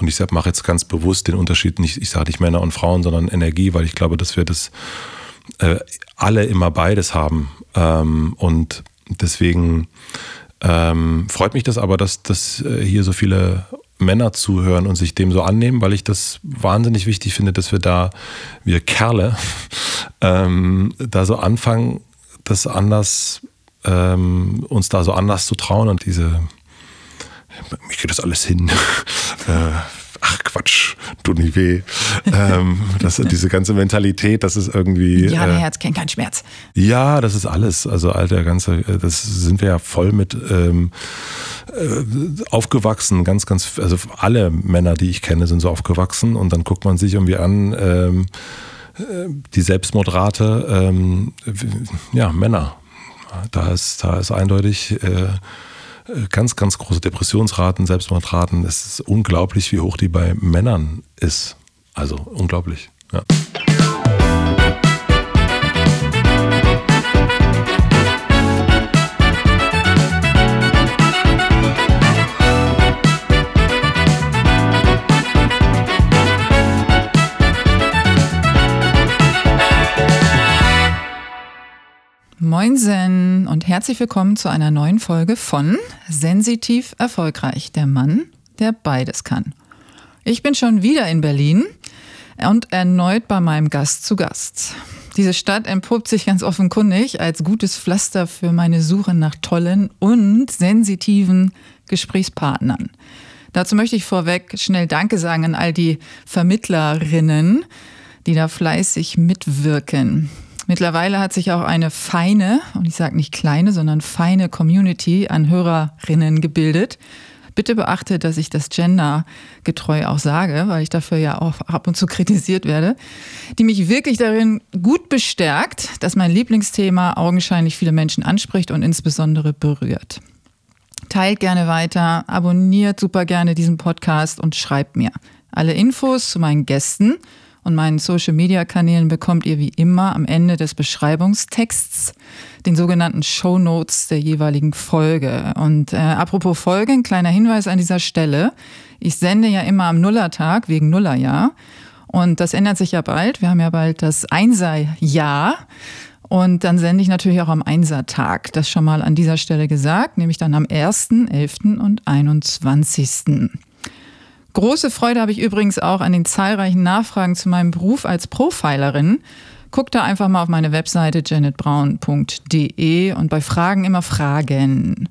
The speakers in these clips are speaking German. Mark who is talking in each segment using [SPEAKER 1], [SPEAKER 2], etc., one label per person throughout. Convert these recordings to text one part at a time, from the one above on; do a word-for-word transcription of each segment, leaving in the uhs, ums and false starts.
[SPEAKER 1] und ich mache jetzt ganz bewusst den Unterschied, nicht, ich sage nicht Männer und Frauen, sondern Energie, weil ich glaube, dass wir das äh, alle immer beides haben. Ähm, und deswegen ähm, freut mich das aber, dass, dass äh, hier so viele Männer zuhören und sich dem so annehmen, weil ich das wahnsinnig wichtig finde, dass wir da, wir Kerle, ähm, da so anfangen, das anders, ähm, uns da so anders zu trauen und diese, mir geht das alles hin, äh, ach Quatsch, tut nicht weh. ähm, das, diese ganze Mentalität, das ist irgendwie...
[SPEAKER 2] Ja, der
[SPEAKER 1] äh,
[SPEAKER 2] Herz kennt keinen Schmerz.
[SPEAKER 1] Ja, das ist alles. Also all der ganze, das sind wir ja voll mit ähm, äh, aufgewachsen. Ganz, ganz, also alle Männer, die ich kenne, sind so aufgewachsen. Und dann guckt man sich irgendwie an, ähm, die Selbstmordrate, ähm, ja, Männer. Da ist, da ist eindeutig... Äh, ganz, ganz große Depressionsraten, Selbstmordraten. Es ist unglaublich, wie hoch die bei Männern ist. Also unglaublich, ja.
[SPEAKER 2] Moinsen und herzlich willkommen zu einer neuen Folge von Sensitiv Erfolgreich, der Mann, der beides kann. Ich bin schon wieder in Berlin und erneut bei meinem Gast zu Gast. Diese Stadt entpuppt sich ganz offenkundig als gutes Pflaster für meine Suche nach tollen und sensitiven Gesprächspartnern. Dazu möchte ich vorweg schnell Danke sagen an all die Vermittlerinnen, die da fleißig mitwirken. Mittlerweile hat sich auch eine feine, und ich sage nicht kleine, sondern feine Community an Hörerinnen gebildet. Bitte beachte, dass ich das gendergetreu auch sage, weil ich dafür ja auch ab und zu kritisiert werde, die mich wirklich darin gut bestärkt, dass mein Lieblingsthema augenscheinlich viele Menschen anspricht und insbesondere berührt. Teilt gerne weiter, abonniert super gerne diesen Podcast und schreibt mir. Alle Infos zu meinen Gästen und meinen Social-Media-Kanälen bekommt ihr wie immer am Ende des Beschreibungstexts, den sogenannten Shownotes der jeweiligen Folge. Und äh, apropos Folge, ein kleiner Hinweis an dieser Stelle. Ich sende ja immer am Nullertag wegen Nullerjahr. Und das ändert sich ja bald. Wir haben ja bald das Einserjahr. Und dann sende ich natürlich auch am Einsertag. Das schon mal an dieser Stelle gesagt, nämlich dann am ersten, elften und einundzwanzigsten Große Freude habe ich übrigens auch an den zahlreichen Nachfragen zu meinem Beruf als Profilerin. Guckt da einfach mal auf meine Webseite janet braun punkt de und bei Fragen immer Fragen.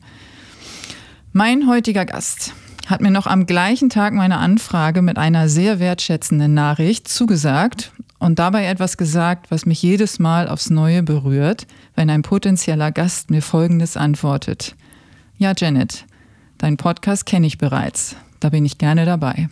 [SPEAKER 2] Mein heutiger Gast hat mir noch am gleichen Tag meine Anfrage mit einer sehr wertschätzenden Nachricht zugesagt und dabei etwas gesagt, was mich jedes Mal aufs Neue berührt, wenn ein potenzieller Gast mir Folgendes antwortet. Ja, Janet, deinen Podcast kenne ich bereits. Da bin ich gerne dabei.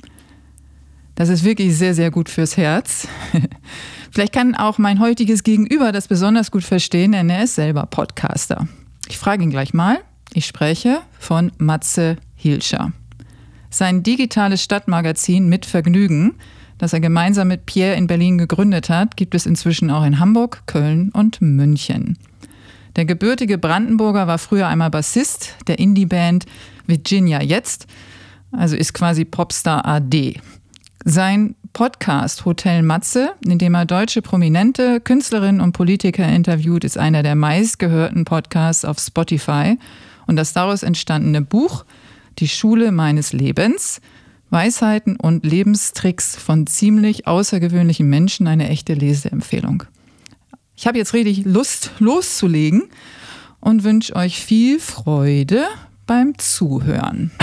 [SPEAKER 2] Das ist wirklich sehr, sehr gut fürs Herz. Vielleicht kann auch mein heutiges Gegenüber das besonders gut verstehen, denn er ist selber Podcaster. Ich frage ihn gleich mal. Ich spreche von Matze Hilscher. Sein digitales Stadtmagazin Mit Vergnügen, das er gemeinsam mit Pierre in Berlin gegründet hat, gibt es inzwischen auch in Hamburg, Köln und München. Der gebürtige Brandenburger war früher einmal Bassist der Indie-Band Virginia Jetzt, also ist quasi Popstar A D. Sein Podcast Hotel Matze, in dem er deutsche Prominente, Künstlerinnen und Politiker interviewt, ist einer der meistgehörten Podcasts auf Spotify. Und das daraus entstandene Buch Die Schule meines Lebens, Weisheiten und Lebenstricks von ziemlich außergewöhnlichen Menschen, eine echte Leseempfehlung. Ich habe jetzt richtig Lust, loszulegen und wünsche euch viel Freude beim Zuhören.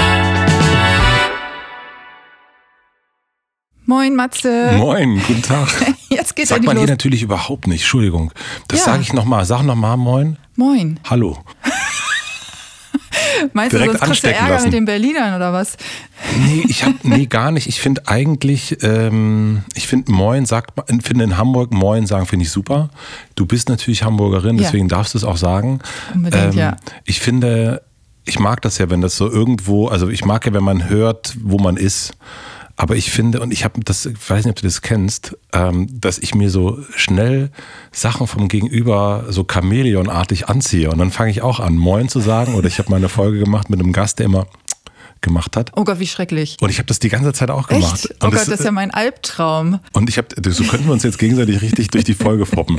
[SPEAKER 2] Moin Matze.
[SPEAKER 1] Moin, guten Tag.
[SPEAKER 2] Jetzt geht's
[SPEAKER 1] Sagt
[SPEAKER 2] endlich
[SPEAKER 1] man
[SPEAKER 2] los.
[SPEAKER 1] hier natürlich überhaupt nicht, Entschuldigung. Das
[SPEAKER 2] Ja.
[SPEAKER 1] sage ich nochmal. Sag nochmal Moin.
[SPEAKER 2] Moin.
[SPEAKER 1] Hallo.
[SPEAKER 2] Meinst
[SPEAKER 1] Direkt
[SPEAKER 2] du, sonst kriegst du
[SPEAKER 1] anstecken
[SPEAKER 2] Ärger
[SPEAKER 1] lassen.
[SPEAKER 2] mit den Berlinern oder was?
[SPEAKER 1] Nee, ich hab, nee, gar nicht. Ich finde eigentlich, ähm, ich finde Moin, sagt man, finde in Hamburg Moin sagen, finde ich super. Du bist natürlich Hamburgerin,
[SPEAKER 2] Ja.
[SPEAKER 1] deswegen darfst du es auch sagen.
[SPEAKER 2] Unbedingt, ja.
[SPEAKER 1] Ich finde, ich mag das ja, wenn das so irgendwo, also ich mag ja, wenn man hört, wo man ist. Aber ich finde, und ich habe das, ich weiß nicht, ob du das kennst, ähm, dass ich mir so schnell Sachen vom Gegenüber so chamäleonartig anziehe. Und dann fange ich auch an, Moin zu sagen. Oder ich habe mal eine Folge gemacht mit einem Gast, der immer gemacht hat.
[SPEAKER 2] Oh Gott, wie schrecklich.
[SPEAKER 1] Und ich habe das die ganze Zeit auch gemacht.
[SPEAKER 2] Echt? Oh
[SPEAKER 1] und
[SPEAKER 2] Gott,
[SPEAKER 1] das,
[SPEAKER 2] das ist ja mein Albtraum.
[SPEAKER 1] Und ich habe, so könnten wir uns jetzt gegenseitig richtig durch die Folge foppen.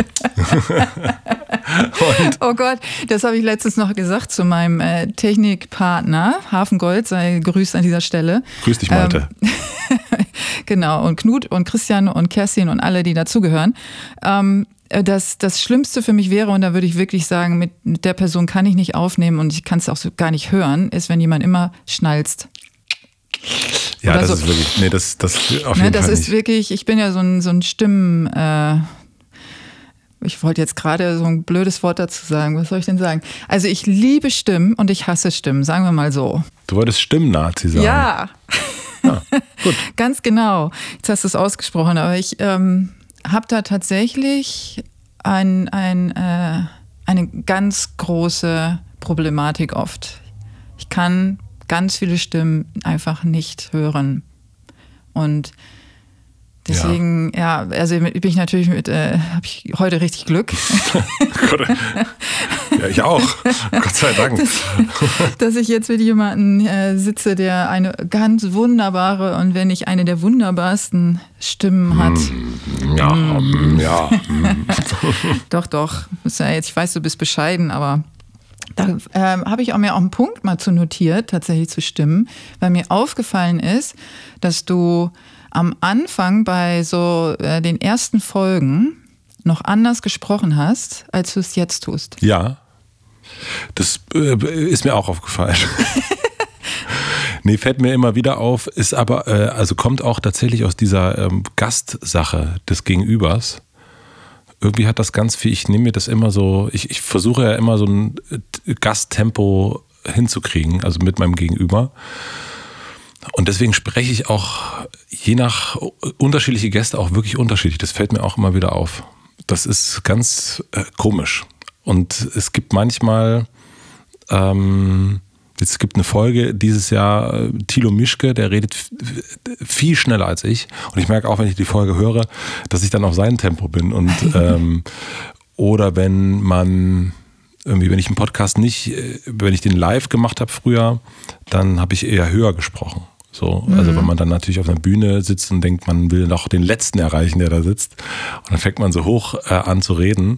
[SPEAKER 2] Oh Gott, das habe ich letztens noch gesagt zu meinem äh, Technikpartner. Hafengold, sei grüßt an dieser Stelle.
[SPEAKER 1] Grüß dich, Malte.
[SPEAKER 2] Ähm, genau, und Knut und Christian und Kerstin und alle, die dazugehören. Ähm, Das, das Schlimmste für mich wäre, und da würde ich wirklich sagen, mit, mit der Person kann ich nicht aufnehmen und ich kann es auch so gar nicht hören, ist, wenn jemand immer schnalzt.
[SPEAKER 1] Ja,
[SPEAKER 2] Oder
[SPEAKER 1] das
[SPEAKER 2] so.
[SPEAKER 1] ist wirklich, nee, das, das auf jeden
[SPEAKER 2] Ne, das
[SPEAKER 1] Fall
[SPEAKER 2] ist
[SPEAKER 1] nicht.
[SPEAKER 2] wirklich, ich bin ja so ein, so ein Stimmen, äh, ich wollte jetzt gerade so ein blödes Wort dazu sagen, was soll ich denn sagen? Also ich liebe Stimmen und ich hasse Stimmen, sagen wir mal so.
[SPEAKER 1] Du wolltest Stimmnazi sagen.
[SPEAKER 2] Ja,
[SPEAKER 1] Ja, gut.
[SPEAKER 2] ganz genau. Jetzt hast du es ausgesprochen, aber ich ähm, habe da tatsächlich ein, ein, äh, eine ganz große Problematik oft. Ich kann ganz viele Stimmen einfach nicht hören. Und deswegen, ja, ja also bin ich natürlich mit, äh, habe ich heute richtig Glück.
[SPEAKER 1] Ja, ich auch. Gott sei Dank.
[SPEAKER 2] Dass, dass ich jetzt mit jemandem äh, sitze, der eine ganz wunderbare und wenn nicht eine der wunderbarsten Stimmen hat.
[SPEAKER 1] Mm, ja, mm. ja. Mm.
[SPEAKER 2] Doch, doch. Ist ja jetzt, ich weiß, du bist bescheiden, aber da äh, habe ich auch mir auch einen Punkt mal zu notiert, tatsächlich zu Stimmen, weil mir aufgefallen ist, dass du am Anfang bei so äh, den ersten Folgen noch anders gesprochen hast, als du es jetzt tust.
[SPEAKER 1] Ja, das äh, ist mir auch aufgefallen. Nee, fällt mir immer wieder auf, ist aber, äh, also kommt auch tatsächlich aus dieser ähm, Gastsache des Gegenübers. Irgendwie hat das ganz viel, ich nehme mir das immer so, ich, ich versuche ja immer so ein Gasttempo hinzukriegen, also mit meinem Gegenüber. Und deswegen spreche ich auch je nach unterschiedliche Gäste auch wirklich unterschiedlich. Das fällt mir auch immer wieder auf. Das ist ganz äh, komisch. Und es gibt manchmal, ähm, es gibt eine Folge dieses Jahr, äh, Thilo Mischke, der redet f- viel schneller als ich. Und ich merke auch, wenn ich die Folge höre, dass ich dann auf sein Tempo bin. Und ähm, oder wenn man irgendwie, wenn ich einen Podcast nicht, wenn ich den live gemacht habe früher, dann habe ich eher höher gesprochen. So, also mhm. wenn man dann natürlich auf einer Bühne sitzt und denkt, man will noch den Letzten erreichen, der da sitzt, und dann fängt man so hoch äh, an zu reden.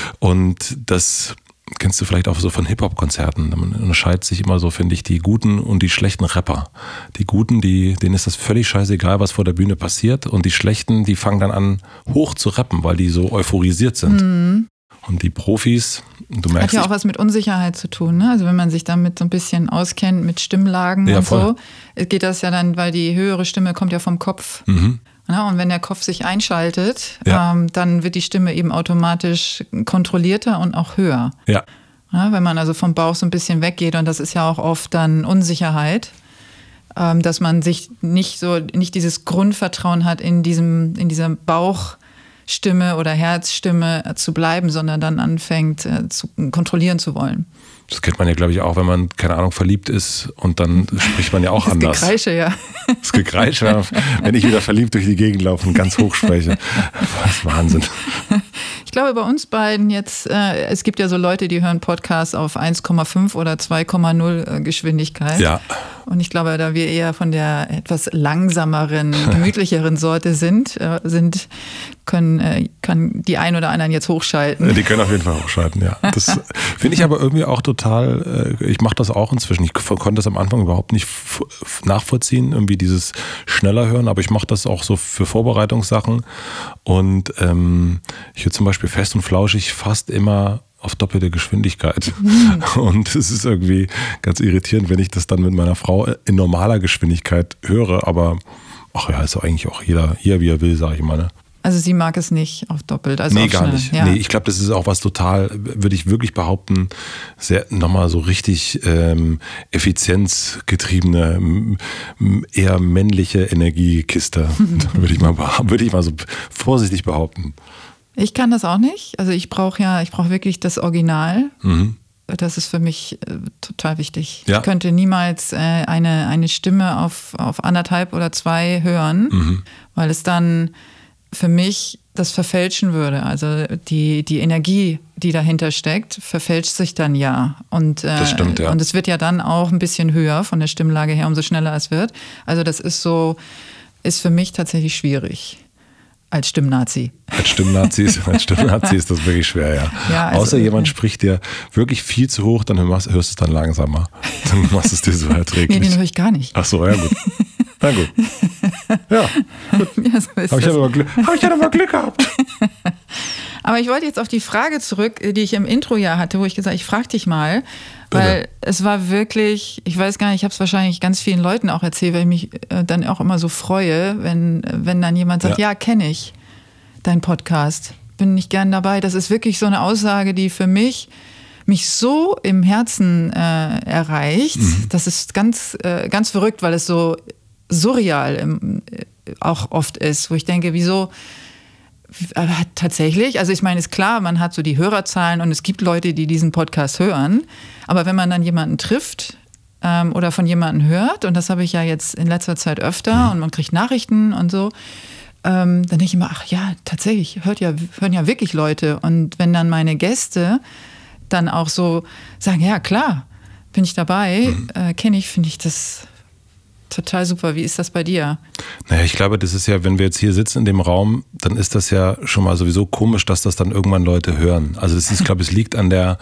[SPEAKER 1] Und das kennst du vielleicht auch so von Hip-Hop-Konzerten. Man unterscheidet sich immer so, finde ich, die guten und die schlechten Rapper. Die guten, die, denen ist das völlig scheißegal, was vor der Bühne passiert. Und die schlechten, die fangen dann an, hoch zu rappen, weil die so euphorisiert sind. Mhm. Und die Profis, du merkst.
[SPEAKER 2] Hat ja auch was mit Unsicherheit zu tun, ne? Also wenn man sich damit so ein bisschen auskennt, mit Stimmlagen
[SPEAKER 1] ja,
[SPEAKER 2] und
[SPEAKER 1] voll.
[SPEAKER 2] so, geht das ja dann, weil die höhere Stimme kommt ja vom Kopf.
[SPEAKER 1] Mhm.
[SPEAKER 2] Ja, und wenn der Kopf sich einschaltet,
[SPEAKER 1] ja.
[SPEAKER 2] ähm, dann wird die Stimme eben automatisch kontrollierter und auch höher.
[SPEAKER 1] Ja.
[SPEAKER 2] Ja, wenn man also vom Bauch so ein bisschen weggeht, und das ist ja auch oft dann Unsicherheit, ähm, dass man sich nicht so, nicht dieses Grundvertrauen hat, in diesem, in diesem Bauch Stimme oder Herzstimme zu bleiben, sondern dann anfängt äh, zu kontrollieren zu wollen.
[SPEAKER 1] Das kennt man ja, glaube ich, auch, wenn man, keine Ahnung, verliebt ist, und dann spricht man ja auch
[SPEAKER 2] das
[SPEAKER 1] anders.
[SPEAKER 2] Das Gekreische, ja.
[SPEAKER 1] Das Gekreische, wenn ich wieder verliebt durch die Gegend laufe und ganz hoch spreche. Das ist Wahnsinn.
[SPEAKER 2] Ich glaube, bei uns beiden jetzt, äh, es gibt ja so Leute, die hören Podcasts auf eins Komma fünf oder zwei Komma null äh, Geschwindigkeit.
[SPEAKER 1] Ja.
[SPEAKER 2] Und ich glaube, da wir eher von der etwas langsameren, gemütlicheren Sorte sind, äh, sind können, äh, kann die ein oder anderen jetzt hochschalten.
[SPEAKER 1] Die können auf jeden Fall hochschalten, ja. Das finde ich aber irgendwie auch total, äh, ich mache das auch inzwischen. Ich konnte das am Anfang überhaupt nicht f- nachvollziehen, irgendwie dieses schneller hören, aber ich mache das auch so für Vorbereitungssachen. Und ähm, ich höre zum Beispiel Fest und Flauschig fast immer auf doppelte Geschwindigkeit. Mhm. Und es ist irgendwie ganz irritierend, wenn ich das dann mit meiner Frau in normaler Geschwindigkeit höre. Aber ach ja, ist doch eigentlich auch jeder hier, wie er will, sage ich mal. Ne?
[SPEAKER 2] Also sie mag es nicht auf doppelt. Also
[SPEAKER 1] nee,
[SPEAKER 2] auf
[SPEAKER 1] gar
[SPEAKER 2] schnell.
[SPEAKER 1] nicht.
[SPEAKER 2] Ja.
[SPEAKER 1] Nee, ich glaube, das ist auch was total, würde ich wirklich behaupten, sehr nochmal so richtig ähm, effizienzgetriebene, m- eher männliche Energiekiste. würde ich mal, würde ich mal so vorsichtig behaupten.
[SPEAKER 2] Ich kann das auch nicht. Also ich brauche ja, ich brauche wirklich das Original.
[SPEAKER 1] Mhm.
[SPEAKER 2] Das ist für mich äh, total wichtig.
[SPEAKER 1] Ja.
[SPEAKER 2] Ich könnte niemals äh, eine, eine Stimme auf, auf anderthalb oder zwei hören, mhm. weil es dann für mich das verfälschen würde. Also die, die Energie, die dahinter steckt, verfälscht sich dann ja. Und, äh,
[SPEAKER 1] das stimmt, ja.
[SPEAKER 2] Und es wird ja dann auch ein bisschen höher von der Stimmlage her, umso schneller es wird. Also das ist so, ist für mich tatsächlich schwierig. Als Stimmnazi.
[SPEAKER 1] Als Stimmnazi ist, als Stimmnazi ist das wirklich schwer, ja.
[SPEAKER 2] ja also,
[SPEAKER 1] Außer jemand spricht dir wirklich viel zu hoch, dann hörst du es dann langsamer. Dann machst du es dir so erträglich.
[SPEAKER 2] Nee, den höre ich gar nicht.
[SPEAKER 1] Ach so, ja gut. Na gut. Ja, gut.
[SPEAKER 2] Ja, so ist
[SPEAKER 1] Habe ich, ja Glück, hab ich ja mal Glück gehabt.
[SPEAKER 2] Aber ich wollte jetzt auf die Frage zurück, die ich im Intro ja hatte, wo ich gesagt habe, ich frage dich mal, weil Bitte. Es war wirklich, ich weiß gar nicht, ich habe es wahrscheinlich ganz vielen Leuten auch erzählt, weil ich mich dann auch immer so freue, wenn, wenn dann jemand sagt, ja, ja kenne ich deinen Podcast, bin nicht gern dabei. Das ist wirklich so eine Aussage, die für mich mich so im Herzen äh, erreicht. Mhm. Das ist ganz, äh, ganz verrückt, weil es so surreal im, auch oft ist, wo ich denke, wieso aber tatsächlich, also ich meine, ist klar, man hat so die Hörerzahlen und es gibt Leute, die diesen Podcast hören, aber wenn man dann jemanden trifft ähm, oder von jemandem hört, und das habe ich ja jetzt in letzter Zeit öfter mhm. und man kriegt Nachrichten und so, ähm, dann denke ich immer, ach ja, tatsächlich, hört ja, hören ja wirklich Leute. Und wenn dann meine Gäste dann auch so sagen, ja klar, bin ich dabei, mhm. äh, kenne ich, finde ich das total super. Wie ist das bei dir?
[SPEAKER 1] Naja, ich glaube, das ist ja, wenn wir jetzt hier sitzen in dem Raum, dann ist das ja schon mal sowieso komisch, dass das dann irgendwann Leute hören. Also das ist, ich glaube, es liegt an der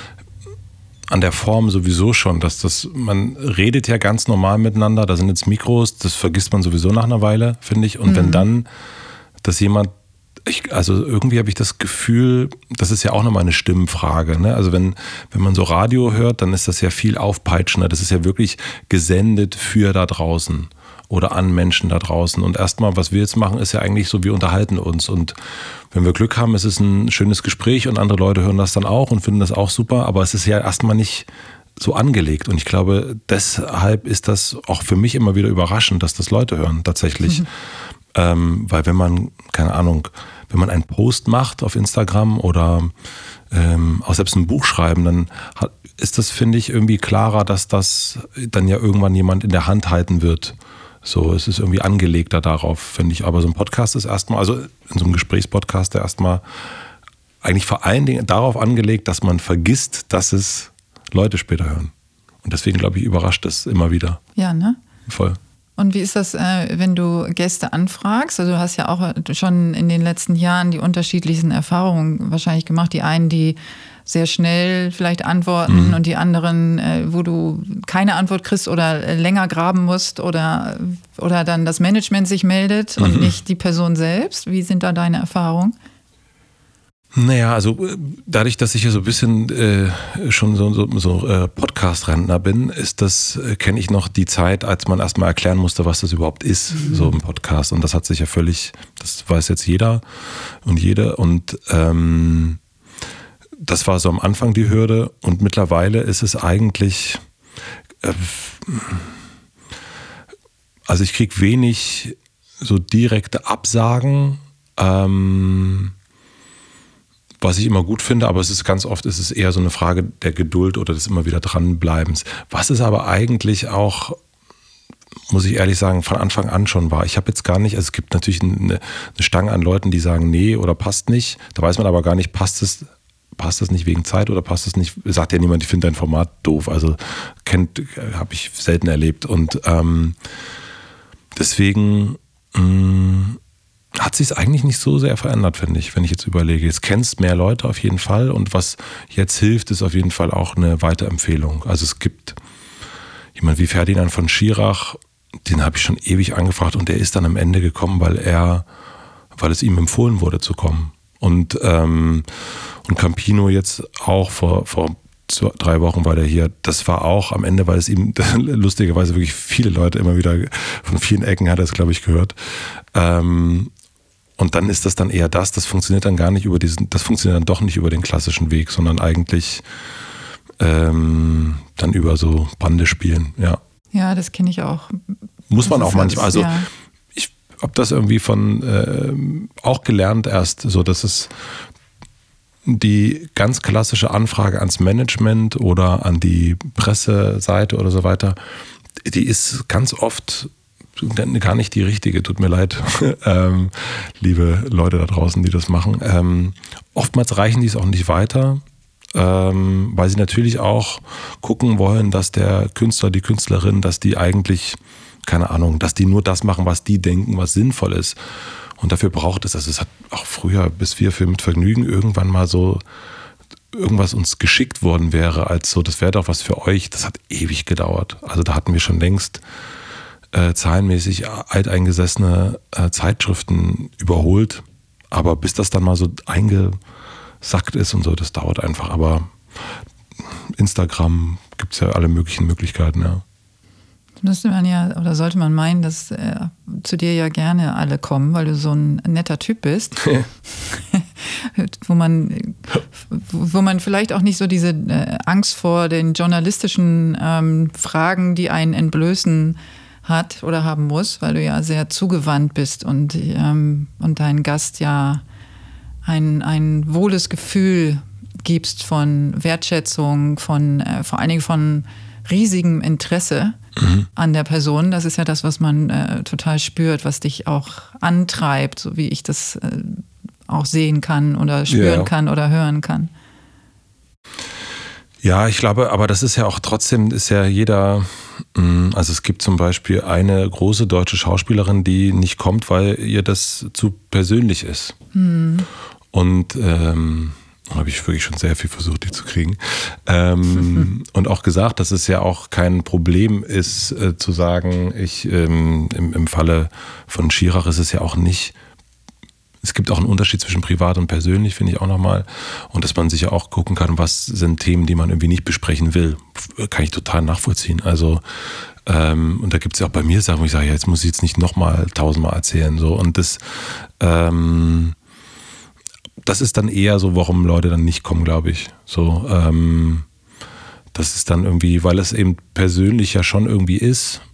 [SPEAKER 1] an der Form sowieso schon, dass das, man redet ja ganz normal miteinander, da sind jetzt Mikros, das vergisst man sowieso nach einer Weile, finde ich. Und mhm. wenn dann, dass jemand, ich, also irgendwie habe ich das Gefühl, das ist ja auch nochmal eine Stimmenfrage, ne? Also wenn, wenn man so Radio hört, dann ist das ja viel aufpeitschender. Das ist ja wirklich gesendet für da draußen oder an Menschen da draußen. Und erstmal, was wir jetzt machen, ist ja eigentlich so, wir unterhalten uns. Und wenn wir Glück haben, ist es ein schönes Gespräch und andere Leute hören das dann auch und finden das auch super. Aber es ist ja erstmal nicht so angelegt. Und ich glaube, deshalb ist das auch für mich immer wieder überraschend, dass das Leute hören, tatsächlich. Mhm. Ähm, weil wenn man, keine Ahnung, wenn man einen Post macht auf Instagram oder ähm, auch selbst ein Buch schreiben, dann hat, ist das, finde ich, irgendwie klarer, dass das dann ja irgendwann jemand in der Hand halten wird. So, es ist irgendwie angelegter darauf, finde ich. Aber so ein Podcast ist erstmal, also in so einem Gesprächspodcast, der erstmal eigentlich vor allen Dingen darauf angelegt, dass man vergisst, dass es Leute später hören. Und deswegen, glaube ich, überrascht es immer wieder.
[SPEAKER 2] Ja, ne?
[SPEAKER 1] Voll.
[SPEAKER 2] Und wie ist das, wenn du Gäste anfragst? Also du hast ja auch schon in den letzten Jahren die unterschiedlichsten Erfahrungen wahrscheinlich gemacht. Die einen, die sehr schnell vielleicht antworten mhm. und die anderen, wo du keine Antwort kriegst oder länger graben musst oder, oder dann das Management sich meldet mhm. und nicht die Person selbst. Wie sind da deine Erfahrungen?
[SPEAKER 1] Naja, also dadurch, dass ich ja so ein bisschen äh, schon so, so, so äh, Podcast-Rentner bin, ist das, äh, kenne ich noch die Zeit, als man erstmal erklären musste, was das überhaupt ist, mhm. so ein Podcast. Und das hat sich ja völlig, das weiß jetzt jeder und jede. Und ähm, das war so am Anfang die Hürde. Und mittlerweile ist es eigentlich, äh, also ich kriege wenig so direkte Absagen, ähm, was ich immer gut finde, aber es ist ganz oft ist es eher so eine Frage der Geduld oder des immer wieder dranbleibens. Was es aber eigentlich auch, muss ich ehrlich sagen, von Anfang an schon war. Ich habe jetzt gar nicht, also es gibt natürlich eine, eine Stange an Leuten, die sagen, nee oder passt nicht. Da weiß man aber gar nicht, passt es, passt es nicht wegen Zeit oder passt es nicht, sagt ja niemand, ich finde dein Format doof. Also kennt, habe ich selten erlebt. Und ähm, deswegen mh, hat sich es eigentlich nicht so sehr verändert, finde ich, wenn ich jetzt überlege. Jetzt kennst mehr Leute auf jeden Fall und was jetzt hilft, ist auf jeden Fall auch eine Weiterempfehlung. Also es gibt jemand wie Ferdinand von Schirach, den habe ich schon ewig angefragt und der ist dann am Ende gekommen, weil er, weil es ihm empfohlen wurde zu kommen. Und, ähm, und Campino jetzt auch vor, vor zwei, drei Wochen war der hier. Das war auch am Ende, weil es ihm lustigerweise wirklich viele Leute immer wieder von vielen Ecken hat er es, glaube ich, gehört. Ähm, Und dann ist das dann eher das, das funktioniert dann gar nicht über diesen, das funktioniert dann doch nicht über den klassischen Weg, sondern eigentlich ähm, dann über so Bande spielen, ja.
[SPEAKER 2] Ja, das kenne ich auch.
[SPEAKER 1] Muss man auch manchmal, also
[SPEAKER 2] ja.
[SPEAKER 1] ich habe das irgendwie von, äh, auch gelernt erst, so dass es die ganz klassische Anfrage ans Management oder an die Presseseite oder so weiter, die ist ganz oft gar nicht die richtige, tut mir leid, ähm, liebe Leute da draußen, die das machen. Ähm, oftmals reichen die es auch nicht weiter, ähm, weil sie natürlich auch gucken wollen, dass der Künstler, die Künstlerin, dass die eigentlich, keine Ahnung, dass die nur das machen, was die denken, was sinnvoll ist. Und dafür braucht es, also es hat auch früher, bis wir für mit Vergnügen irgendwann mal so irgendwas uns geschickt worden wäre, als so, das wäre doch was für euch, das hat ewig gedauert. Also da hatten wir schon längst äh, zahlenmäßig alteingesessene äh, Zeitschriften überholt. Aber bis das dann mal so eingesackt ist und so, das dauert einfach. Aber Instagram gibt es ja alle möglichen Möglichkeiten, ja.
[SPEAKER 2] Müsste man ja, oder sollte man meinen, dass äh, zu dir ja gerne alle kommen, weil du so ein netter Typ bist. wo man wo man vielleicht auch nicht so diese äh, Angst vor den journalistischen ähm, Fragen, die einen entblößen, hat oder haben muss, weil du ja sehr zugewandt bist und, ähm, und deinen Gast ja ein, ein wohles Gefühl gibst von Wertschätzung, von äh, vor allen Dingen von riesigem Interesse mhm. an der Person. Das ist ja das, was man äh, total spürt, was dich auch antreibt, so wie ich das äh, auch sehen kann oder spüren ja. kann oder hören kann.
[SPEAKER 1] Ja, ich glaube, aber das ist ja auch trotzdem, ist ja jeder, also es gibt zum Beispiel eine große deutsche Schauspielerin, die nicht kommt, weil ihr das zu persönlich ist. Mhm. Und ähm, habe ich wirklich schon sehr viel versucht, die zu kriegen. Ähm, und auch gesagt, dass es ja auch kein Problem ist, äh, zu sagen, ich ähm, im, im Falle von Schirach ist es ja auch nicht. Es gibt auch einen Unterschied zwischen privat und persönlich, finde ich auch nochmal. Und dass man sich ja auch gucken kann, was sind Themen, die man irgendwie nicht besprechen will. Kann ich total nachvollziehen. Also, ähm, und da gibt es ja auch bei mir Sachen, wo ich sage, ja, jetzt muss ich jetzt nicht nochmal tausendmal erzählen. So. Und das, ähm, das ist dann eher so, warum Leute dann nicht kommen, glaube ich. So, ähm, das ist dann irgendwie, weil es eben persönlich ja schon irgendwie ist,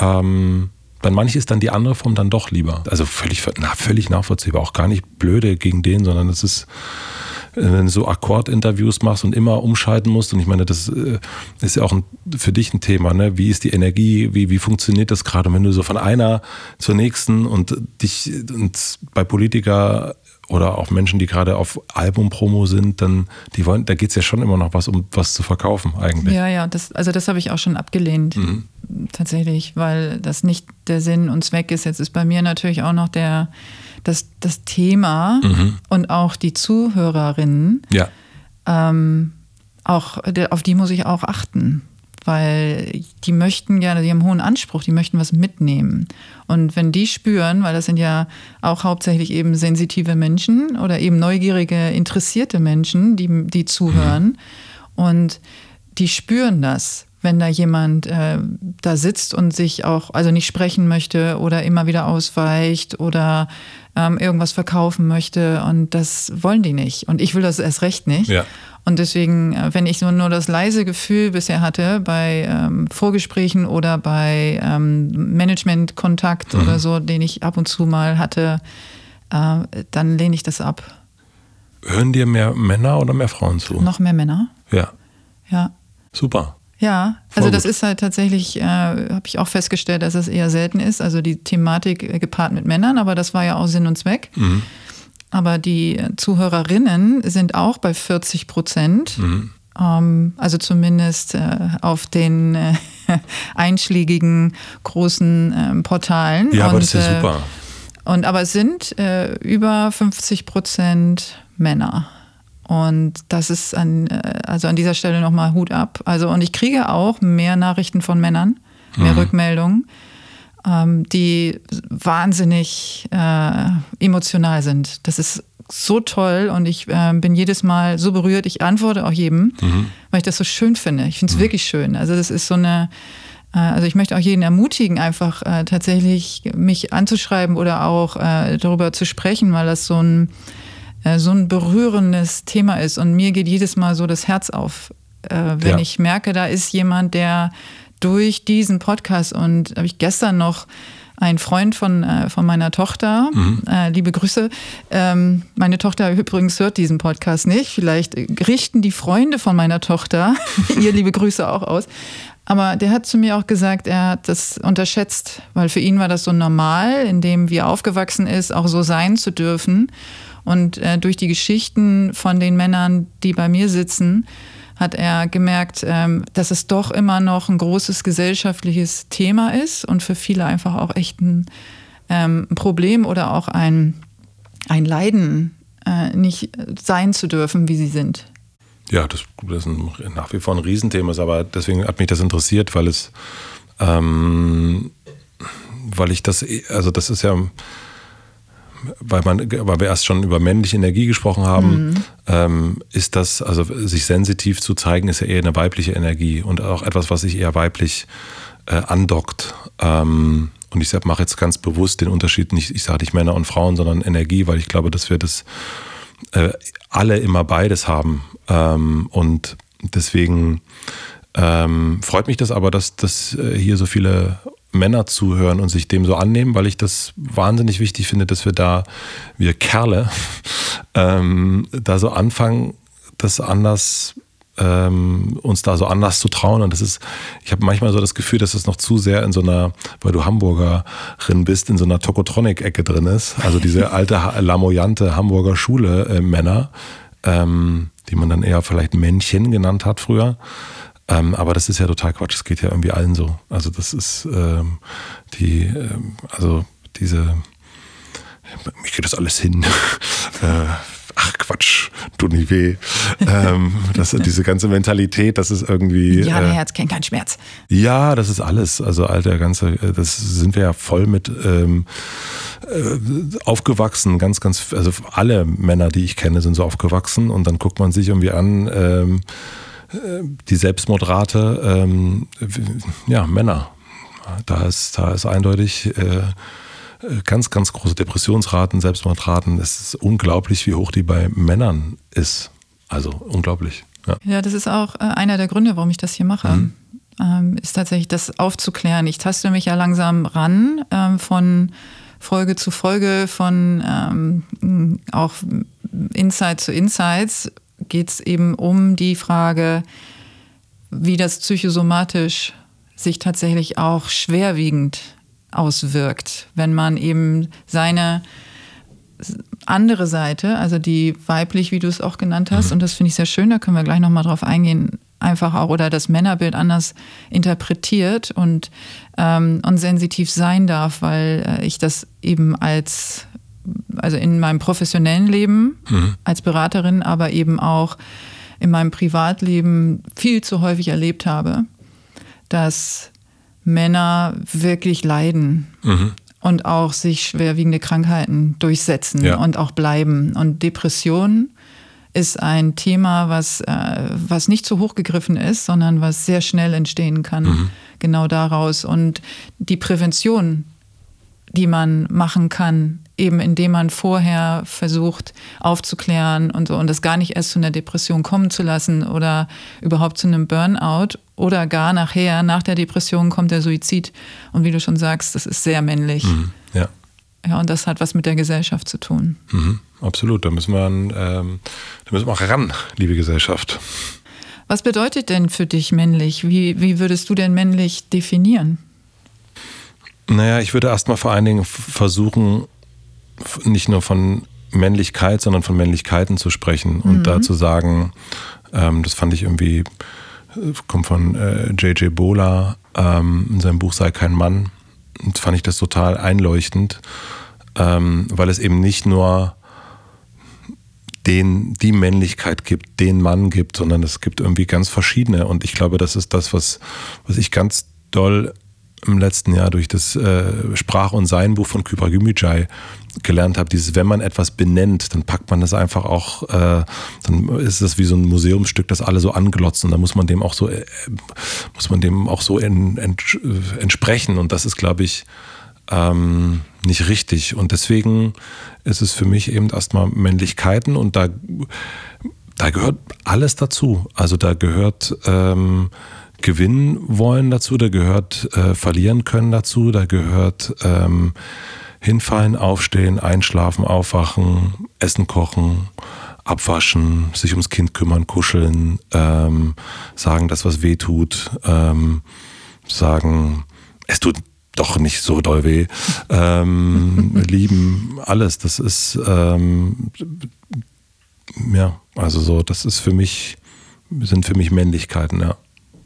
[SPEAKER 1] ähm, bei manchen ist dann die andere Form dann doch lieber. Also völlig, na, völlig nachvollziehbar. Auch gar nicht blöde gegen den, sondern es ist, wenn du so Akkordinterviews machst und immer umschalten musst. Und ich meine, das ist ja auch ein, für dich ein Thema. Ne? Wie ist die Energie? Wie, wie funktioniert das gerade? Und wenn du so von einer zur nächsten und dich und bei Politiker oder auch Menschen, die gerade auf Albumpromo sind, dann die wollen, da geht es ja schon immer noch was, um was zu verkaufen eigentlich.
[SPEAKER 2] Ja, ja, das, also das habe ich auch schon abgelehnt, mhm. tatsächlich, weil das nicht der Sinn und Zweck ist. Jetzt ist bei mir natürlich auch noch der, das, das Thema mhm. und auch die Zuhörerinnen,
[SPEAKER 1] ja.
[SPEAKER 2] ähm, auch, auf die muss ich auch achten. Weil die möchten gerne, die haben einen hohen Anspruch, die möchten was mitnehmen. Und wenn die spüren, weil das sind ja auch hauptsächlich eben sensitive Menschen oder eben neugierige, interessierte Menschen, die, die zuhören. Mhm. Und die spüren das, wenn da jemand äh, da sitzt und sich auch, also nicht sprechen möchte oder immer wieder ausweicht oder ähm, irgendwas verkaufen möchte. Und das wollen die nicht. Und ich will das erst recht nicht. Ja. Und deswegen, wenn ich nur, nur das leise Gefühl bisher hatte bei ähm, Vorgesprächen oder bei ähm, Managementkontakt mhm. oder so, den ich ab und zu mal hatte, äh, dann lehne ich das ab.
[SPEAKER 1] Hören dir mehr Männer oder mehr Frauen zu?
[SPEAKER 2] Noch mehr Männer.
[SPEAKER 1] Ja.
[SPEAKER 2] Ja.
[SPEAKER 1] Super.
[SPEAKER 2] Ja,
[SPEAKER 1] Voll
[SPEAKER 2] also das
[SPEAKER 1] gut.
[SPEAKER 2] ist halt tatsächlich, äh, habe ich auch festgestellt, dass es eher selten ist, also die Thematik äh, gepaart mit Männern, aber das war ja auch Sinn und Zweck. Mhm. Aber die Zuhörerinnen sind auch bei vierzig Prozent, mhm. ähm, also zumindest äh, auf den äh, einschlägigen großen äh, Portalen.
[SPEAKER 1] Ja,
[SPEAKER 2] und,
[SPEAKER 1] aber das ist ja super.
[SPEAKER 2] Äh, und, aber es sind äh, über fünfzig Prozent Männer. Und das ist an, äh, also an dieser Stelle nochmal Hut ab. Also, und ich kriege auch mehr Nachrichten von Männern, mehr mhm. Rückmeldungen, die wahnsinnig äh, emotional sind. Das ist so toll und ich äh, bin jedes Mal so berührt. Ich antworte auch jedem, mhm. weil ich das so schön finde. Ich finde es mhm. wirklich schön. Also das ist so eine, äh, also ich möchte auch jeden ermutigen, einfach äh, tatsächlich mich anzuschreiben oder auch äh, darüber zu sprechen, weil das so ein, äh, so ein berührendes Thema ist. Und mir geht jedes Mal so das Herz auf, äh, wenn ja. ich merke, da ist jemand, der durch diesen Podcast und habe ich gestern noch einen Freund von, äh, von meiner Tochter, mhm. äh, liebe Grüße, ähm, meine Tochter übrigens hört diesen Podcast nicht, vielleicht richten die Freunde von meiner Tochter ihr liebe Grüße auch aus, Aber der hat zu mir auch gesagt, er hat das unterschätzt, weil für ihn war das so normal, in dem wir aufgewachsen ist, auch so sein zu dürfen. Und äh, durch die Geschichten von den Männern, die bei mir sitzen, hat er gemerkt, ähm, dass es doch immer noch ein großes gesellschaftliches Thema ist und für viele einfach auch echt ein, ähm, ein Problem oder auch ein, ein Leiden, äh, nicht sein zu dürfen, wie sie sind.
[SPEAKER 1] Ja, das, das ist ein, nach wie vor ein Riesenthema, aber deswegen hat mich das interessiert, weil es, ähm, weil ich das, also das ist ja, weil man, weil wir erst schon über männliche Energie gesprochen haben, mhm. ähm, ist das, also sich sensitiv zu zeigen, ist ja eher eine weibliche Energie und auch etwas, was sich eher weiblich äh, andockt. Ähm, und ich mache jetzt ganz bewusst den Unterschied, nicht, ich sage nicht Männer und Frauen, sondern Energie, weil ich glaube, dass wir das äh, alle immer beides haben. Ähm, und deswegen ähm, freut mich das aber, dass, dass äh, hier so viele Männer zuhören und sich dem so annehmen, weil ich das wahnsinnig wichtig finde, dass wir da, wir Kerle, ähm, da so anfangen, das anders, ähm, uns da so anders zu trauen. Und das ist, ich habe manchmal so das Gefühl, dass das noch zu sehr in so einer, weil du Hamburgerin bist, in so einer Tokotronic-Ecke drin ist. Also diese alte, lamoyante Hamburger Schule äh, Männer, ähm, die man dann eher vielleicht Männchen genannt hat früher. Ähm, aber das ist ja total Quatsch, es geht ja irgendwie allen so. Also das ist ähm, die, ähm, also diese, mich geht das alles hin. äh, ach Quatsch, tut nicht weh. ähm, das, diese ganze Mentalität, das ist irgendwie...
[SPEAKER 2] Ja, der
[SPEAKER 1] äh,
[SPEAKER 2] Herz kennt keinen Schmerz.
[SPEAKER 1] Ja, das ist alles. Also alter ganze, das sind wir ja voll mit ähm, äh, aufgewachsen. Ganz, ganz, also alle Männer, die ich kenne, sind so aufgewachsen. Und dann guckt man sich irgendwie an, ähm, die Selbstmordrate, ähm, ja, Männer. Da ist, da ist eindeutig äh, ganz, ganz große Depressionsraten, Selbstmordraten. Es ist unglaublich, wie hoch die bei Männern ist. Also unglaublich. Ja,
[SPEAKER 2] ja das ist auch äh, einer der Gründe, warum ich das hier mache. Mhm. Ähm, ist tatsächlich das aufzuklären. Ich taste mich ja langsam ran ähm, von Folge zu Folge, von ähm, auch Insight zu Insights, geht es eben um die Frage, wie das psychosomatisch sich tatsächlich auch schwerwiegend auswirkt, wenn man eben seine andere Seite, also die weiblich, wie du es auch genannt hast, mhm. und das finde ich sehr schön, da können wir gleich nochmal drauf eingehen, einfach auch, oder das Männerbild anders interpretiert und, ähm, und sensitiv sein darf, weil äh, ich das eben als also in meinem professionellen Leben mhm. als Beraterin, aber eben auch in meinem Privatleben viel zu häufig erlebt habe, dass Männer wirklich leiden mhm. und auch sich schwerwiegende Krankheiten durchsetzen ja. und auch bleiben. Und Depression ist ein Thema, was, äh, was nicht zu hoch gegriffen ist, sondern was sehr schnell entstehen kann, mhm. genau daraus. Und die Prävention, die man machen kann, eben indem man vorher versucht aufzuklären und so und das gar nicht erst zu einer Depression kommen zu lassen oder überhaupt zu einem Burnout oder gar nachher, nach der Depression kommt der Suizid. Und wie du schon sagst, das ist sehr männlich.
[SPEAKER 1] Mhm, ja.
[SPEAKER 2] Ja, und das hat was mit der Gesellschaft zu tun.
[SPEAKER 1] Mhm, absolut, da müssen wir, ähm, da müssen wir auch ran, liebe Gesellschaft.
[SPEAKER 2] Was bedeutet denn für dich männlich? Wie, wie würdest du denn männlich definieren?
[SPEAKER 1] Naja, ich würde erstmal vor allen Dingen versuchen, nicht nur von Männlichkeit, sondern von Männlichkeiten zu sprechen und mhm. da zu sagen, ähm, das fand ich irgendwie, kommt von äh, J J Bola ähm, in seinem Buch Sei kein Mann, und fand ich das total einleuchtend, ähm, weil es eben nicht nur den, die Männlichkeit gibt, den Mann gibt, sondern es gibt irgendwie ganz verschiedene, und ich glaube, das ist das, was, was ich ganz doll im letzten Jahr durch das äh, Sprach- und Sein-Buch von Kübra Gümricay gelernt habe, dieses, wenn man etwas benennt, dann packt man das einfach auch, äh, dann ist das wie so ein Museumsstück, das alle so anglotzen, da muss man dem auch so, äh, muss man dem auch so in, ent, äh, entsprechen, und das ist, glaube ich, ähm, nicht richtig, und deswegen ist es für mich eben erstmal Männlichkeiten, und da, da gehört alles dazu, also da gehört ähm, gewinnen wollen dazu, da gehört äh, verlieren können dazu, da gehört ähm, hinfallen, aufstehen, einschlafen, aufwachen, Essen kochen, abwaschen, sich ums Kind kümmern, kuscheln, ähm, sagen, dass was weh tut, ähm, sagen, es tut doch nicht so doll weh, ähm, lieben, alles. Das ist, ähm, ja, also so, das ist für mich, sind für mich Männlichkeiten, ja.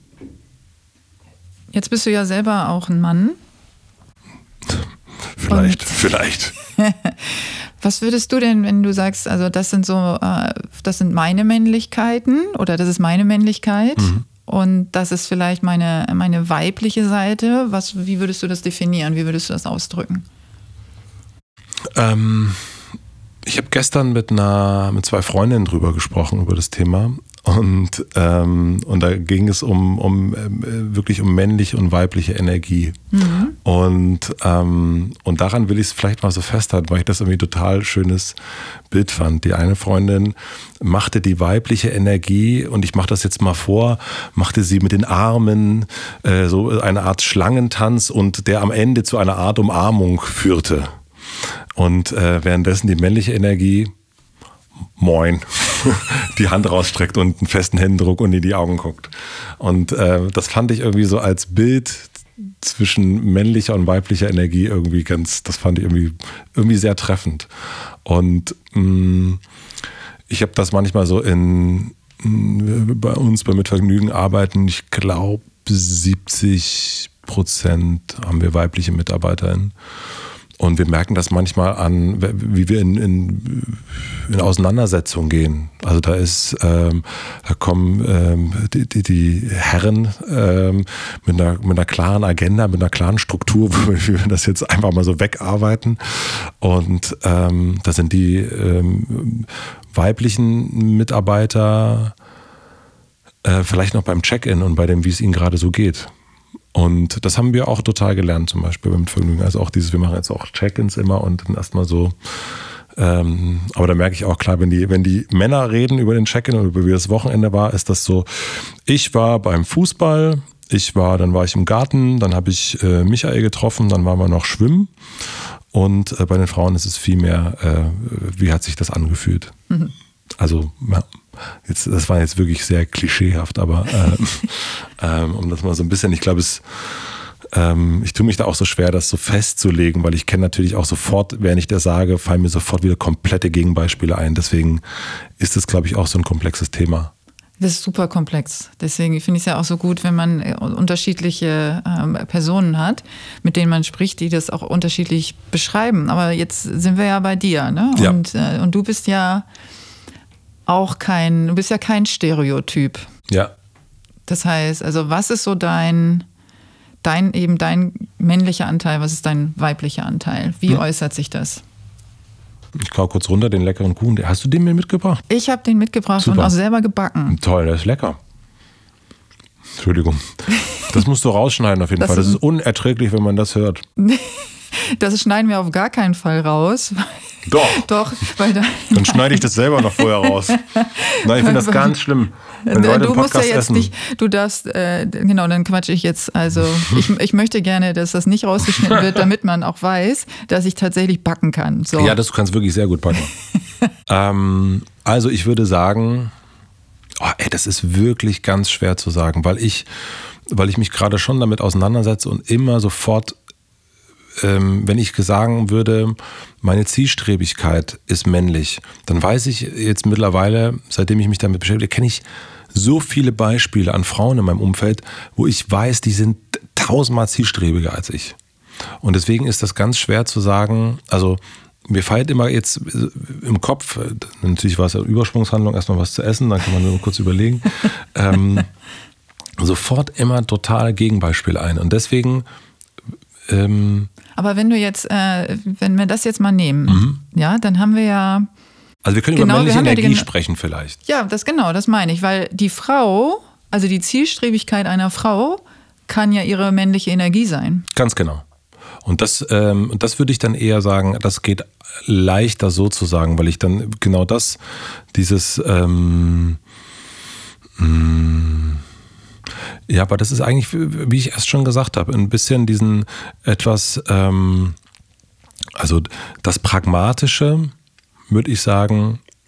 [SPEAKER 2] Jetzt bist du ja selber auch ein Mann.
[SPEAKER 1] Vielleicht,
[SPEAKER 2] Und
[SPEAKER 1] vielleicht.
[SPEAKER 2] was würdest du denn, wenn du sagst, also das sind so, äh, das sind meine Männlichkeiten oder das ist meine Männlichkeit mhm. und das ist vielleicht meine, meine weibliche Seite. Was, wie würdest du das definieren? Wie würdest du das ausdrücken?
[SPEAKER 1] Ähm, ich habe gestern mit einer, mit zwei Freundinnen drüber gesprochen, über das Thema. Und, ähm, und da ging es um, um äh, wirklich um männliche und weibliche Energie. Mhm. Und, ähm, und daran will ich es vielleicht mal so festhalten, weil ich das irgendwie ein total schönes Bild fand. Die eine Freundin machte die weibliche Energie, und ich mache das jetzt mal vor, machte sie mit den Armen äh, so eine Art Schlangentanz, und der am Ende zu einer Art Umarmung führte. Und äh, währenddessen die männliche Energie Moin, die Hand rausstreckt und einen festen Händedruck und in die Augen guckt. Und äh, das fand ich irgendwie so als Bild zwischen männlicher und weiblicher Energie irgendwie ganz, das fand ich irgendwie, irgendwie sehr treffend. Und mh, ich habe das manchmal so in, mh, bei uns bei Mitvergnügen arbeiten, ich glaube siebzig Prozent haben wir weibliche MitarbeiterInnen. Und wir merken das manchmal an, wie wir in, in, in Auseinandersetzungen gehen. Also da ist, ähm, da kommen ähm, die, die, die Herren ähm, mit, einer, mit einer klaren Agenda, mit einer klaren Struktur, wo wir das jetzt einfach mal so wegarbeiten. Und ähm, da sind die ähm, weiblichen Mitarbeiter äh, vielleicht noch beim Check-in und bei dem, wie es ihnen gerade so geht. Und das haben wir auch total gelernt, zum Beispiel beim Vergnügen. Also auch dieses, wir machen jetzt auch Check-ins immer und dann erstmal so. Ähm, aber da merke ich auch klar, wenn die, wenn die Männer reden über den Check-in und über wie das Wochenende war, ist das so, ich war beim Fußball, ich war, dann war ich im Garten, dann habe ich äh, Michael getroffen, dann waren wir noch schwimmen. Und äh, bei den Frauen ist es viel mehr, äh, wie hat sich das angefühlt? Mhm. Also, ja. Jetzt, das war jetzt wirklich sehr klischeehaft, aber ähm, ähm, um das mal so ein bisschen, ich glaube, es, ähm, ich tue mich da auch so schwer, das so festzulegen, weil ich kenne natürlich auch sofort, während ich das sage, fallen mir sofort wieder komplette Gegenbeispiele ein. Deswegen ist das, glaube ich, auch so ein komplexes Thema.
[SPEAKER 2] Das ist super komplex. Deswegen finde ich es ja auch so gut, wenn man unterschiedliche ähm, Personen hat, mit denen man spricht, die das auch unterschiedlich beschreiben. Aber jetzt sind wir ja bei dir, ne?
[SPEAKER 1] Ja.
[SPEAKER 2] Und, äh, und du bist ja auch kein, du bist ja kein Stereotyp.
[SPEAKER 1] Ja.
[SPEAKER 2] Das heißt, also was ist so dein, dein eben dein männlicher Anteil, was ist dein weiblicher Anteil? Wie hm. äußert sich das?
[SPEAKER 1] Ich kau kurz runter den leckeren Kuchen. Hast du den mir mitgebracht?
[SPEAKER 2] Ich habe den mitgebracht. Super. Und auch selber gebacken.
[SPEAKER 1] Toll, der ist lecker. Entschuldigung. Das musst du rausschneiden auf jeden das Fall. Das ist unerträglich, wenn man das hört.
[SPEAKER 2] Das schneiden wir auf gar keinen Fall raus.
[SPEAKER 1] Doch.
[SPEAKER 2] Doch, weil da,
[SPEAKER 1] dann schneide ich das selber noch vorher raus. Nein, ich finde das ganz schlimm. Wenn Leute
[SPEAKER 2] du musst ja jetzt
[SPEAKER 1] essen.
[SPEAKER 2] nicht, du darfst, äh, genau, dann quatsche ich jetzt. Also ich, ich möchte gerne, dass das nicht rausgeschnitten wird, damit man auch weiß, dass ich tatsächlich backen kann. So.
[SPEAKER 1] Ja, das, du kannst wirklich sehr gut backen. ähm, also ich würde sagen, oh, ey, das ist wirklich ganz schwer zu sagen, weil ich, weil ich mich gerade schon damit auseinandersetze und immer sofort, ähm, wenn ich sagen würde, meine Zielstrebigkeit ist männlich, dann weiß ich jetzt mittlerweile, seitdem ich mich damit beschäftige, kenne ich so viele Beispiele an Frauen in meinem Umfeld, wo ich weiß, die sind tausendmal zielstrebiger als ich. Und deswegen ist das ganz schwer zu sagen, also mir feiert immer jetzt im Kopf, natürlich war es eine Übersprungshandlung, erstmal was zu essen, dann kann man nur kurz überlegen, ähm, sofort immer totale Gegenbeispiele ein. Und deswegen ähm,
[SPEAKER 2] aber wenn du jetzt, äh, wenn wir das jetzt mal nehmen, mhm. ja, dann haben wir ja.
[SPEAKER 1] Also wir können genau, über männliche Energie ja die, sprechen vielleicht.
[SPEAKER 2] Ja, das genau, das meine ich, weil die Frau, also die Zielstrebigkeit einer Frau, kann ja ihre männliche Energie sein.
[SPEAKER 1] Ganz genau. Und das, ähm, das würde ich dann eher sagen, das geht leichter so zu sagen, weil ich dann genau das, dieses, ähm, mh, ja, aber das ist eigentlich, wie ich erst schon gesagt habe, ein bisschen diesen etwas, ähm, also das Pragmatische, würde ich sagen,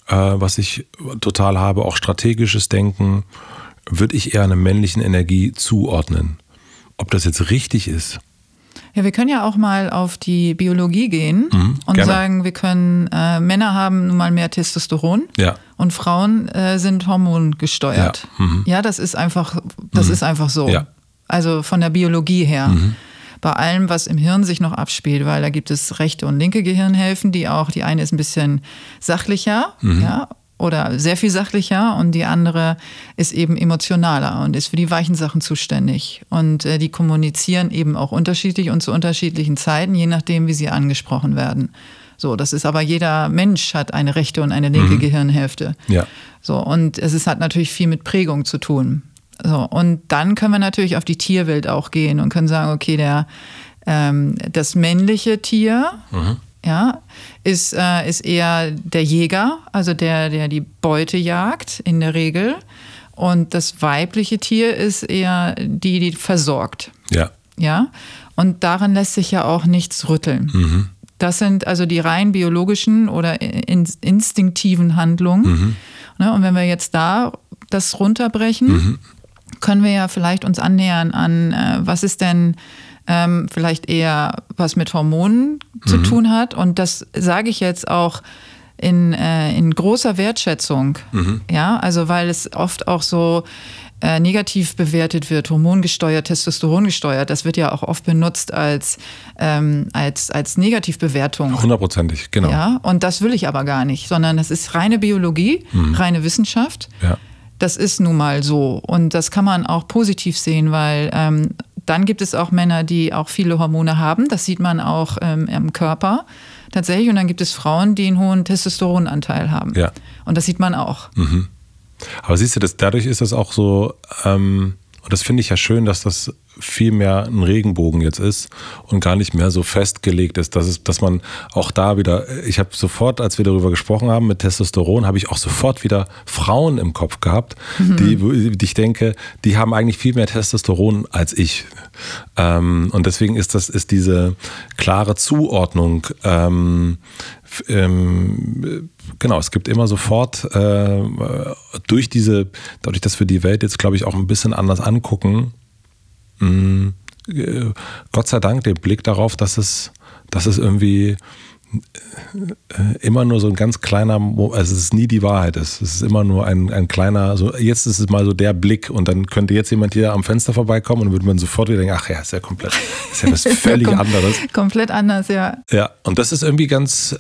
[SPEAKER 1] äh, was ich total habe, auch strategisches Denken, würde ich eher einer männlichen Energie zuordnen. Ob das jetzt richtig ist?
[SPEAKER 2] Ja, wir können ja auch mal auf die Biologie gehen
[SPEAKER 1] Mhm,
[SPEAKER 2] und
[SPEAKER 1] gerne.
[SPEAKER 2] sagen, wir können, äh, Männer haben nun mal mehr Testosteron
[SPEAKER 1] Ja.
[SPEAKER 2] und Frauen äh, sind hormongesteuert.
[SPEAKER 1] Ja, mhm.
[SPEAKER 2] Ja, das ist einfach, das
[SPEAKER 1] Mhm.
[SPEAKER 2] ist einfach so.
[SPEAKER 1] Ja.
[SPEAKER 2] Also von der Biologie her.
[SPEAKER 1] Mhm.
[SPEAKER 2] Bei allem, was im Hirn sich noch abspielt, weil da gibt es rechte und linke Gehirnhälften, die auch, die eine ist ein bisschen sachlicher,
[SPEAKER 1] Mhm.
[SPEAKER 2] ja, oder sehr viel sachlicher und die andere ist eben emotionaler und ist für die weichen Sachen zuständig. Und äh, die kommunizieren eben auch unterschiedlich und zu unterschiedlichen Zeiten, je nachdem, wie sie angesprochen werden. So, das ist aber jeder Mensch hat eine rechte und eine linke
[SPEAKER 1] Mhm.
[SPEAKER 2] Gehirnhälfte.
[SPEAKER 1] Ja.
[SPEAKER 2] So, und es ist, hat natürlich viel mit Prägung zu tun. So, und dann können wir natürlich auf die Tierwelt auch gehen und können sagen, okay, der, ähm, das männliche Tier,
[SPEAKER 1] Mhm.
[SPEAKER 2] ja, ist, äh, ist eher der Jäger, also der, der die Beute jagt in der Regel. Und das weibliche Tier ist eher die, die versorgt.
[SPEAKER 1] Ja.
[SPEAKER 2] Ja, und daran lässt sich ja auch nichts rütteln.
[SPEAKER 1] Mhm.
[SPEAKER 2] Das sind also die rein biologischen oder in, instinktiven Handlungen.
[SPEAKER 1] Mhm.
[SPEAKER 2] Ne, und wenn wir jetzt da das runterbrechen,
[SPEAKER 1] Mhm.
[SPEAKER 2] können wir ja vielleicht uns annähern an, äh, was ist denn ähm, vielleicht eher was mit Hormonen zu
[SPEAKER 1] Mhm.
[SPEAKER 2] tun hat. Und das sage ich jetzt auch in, äh, in großer Wertschätzung.
[SPEAKER 1] Mhm.
[SPEAKER 2] Ja, also weil es oft auch so äh, negativ bewertet wird, hormongesteuert, testosterongesteuert. Das wird ja auch oft benutzt als, ähm, als, als Negativbewertung.
[SPEAKER 1] Hundertprozentig, genau.
[SPEAKER 2] Ja, und das will ich aber gar nicht, sondern das ist reine Biologie,
[SPEAKER 1] Mhm.
[SPEAKER 2] reine Wissenschaft.
[SPEAKER 1] Ja.
[SPEAKER 2] Das ist nun mal so. Und das kann man auch positiv sehen, weil ähm, dann gibt es auch Männer, die auch viele Hormone haben. Das sieht man auch ähm, im Körper tatsächlich. Und dann gibt es Frauen, die einen hohen Testosteronanteil haben.
[SPEAKER 1] Ja.
[SPEAKER 2] Und das sieht man auch.
[SPEAKER 1] Mhm. Aber siehst du, das, dadurch ist das auch so, ähm, und das finde ich ja schön, dass das viel mehr ein Regenbogen jetzt ist und gar nicht mehr so festgelegt ist, dass, es, dass man auch da wieder, ich habe sofort, als wir darüber gesprochen haben mit Testosteron, habe ich auch sofort wieder Frauen im Kopf gehabt, mhm. die, die ich denke, die haben eigentlich viel mehr Testosteron als ich. Ähm, und deswegen ist das, ist diese klare Zuordnung, ähm, ähm, genau, es gibt immer sofort äh, durch diese, dadurch, dass wir die Welt jetzt, glaube ich, auch ein bisschen anders angucken, mh, äh, Gott sei Dank den Blick darauf, dass es, dass es irgendwie äh, immer nur so ein ganz kleiner, also es ist nie die Wahrheit ist. Es ist immer nur ein, ein kleiner, so jetzt ist es mal so der Blick und dann könnte jetzt jemand hier am Fenster vorbeikommen und dann würde man sofort wieder denken, ach ja, ist ja komplett, ist ja was völlig
[SPEAKER 2] Kom-
[SPEAKER 1] anderes.
[SPEAKER 2] Komplett anders, ja.
[SPEAKER 1] Ja, und das ist irgendwie ganz,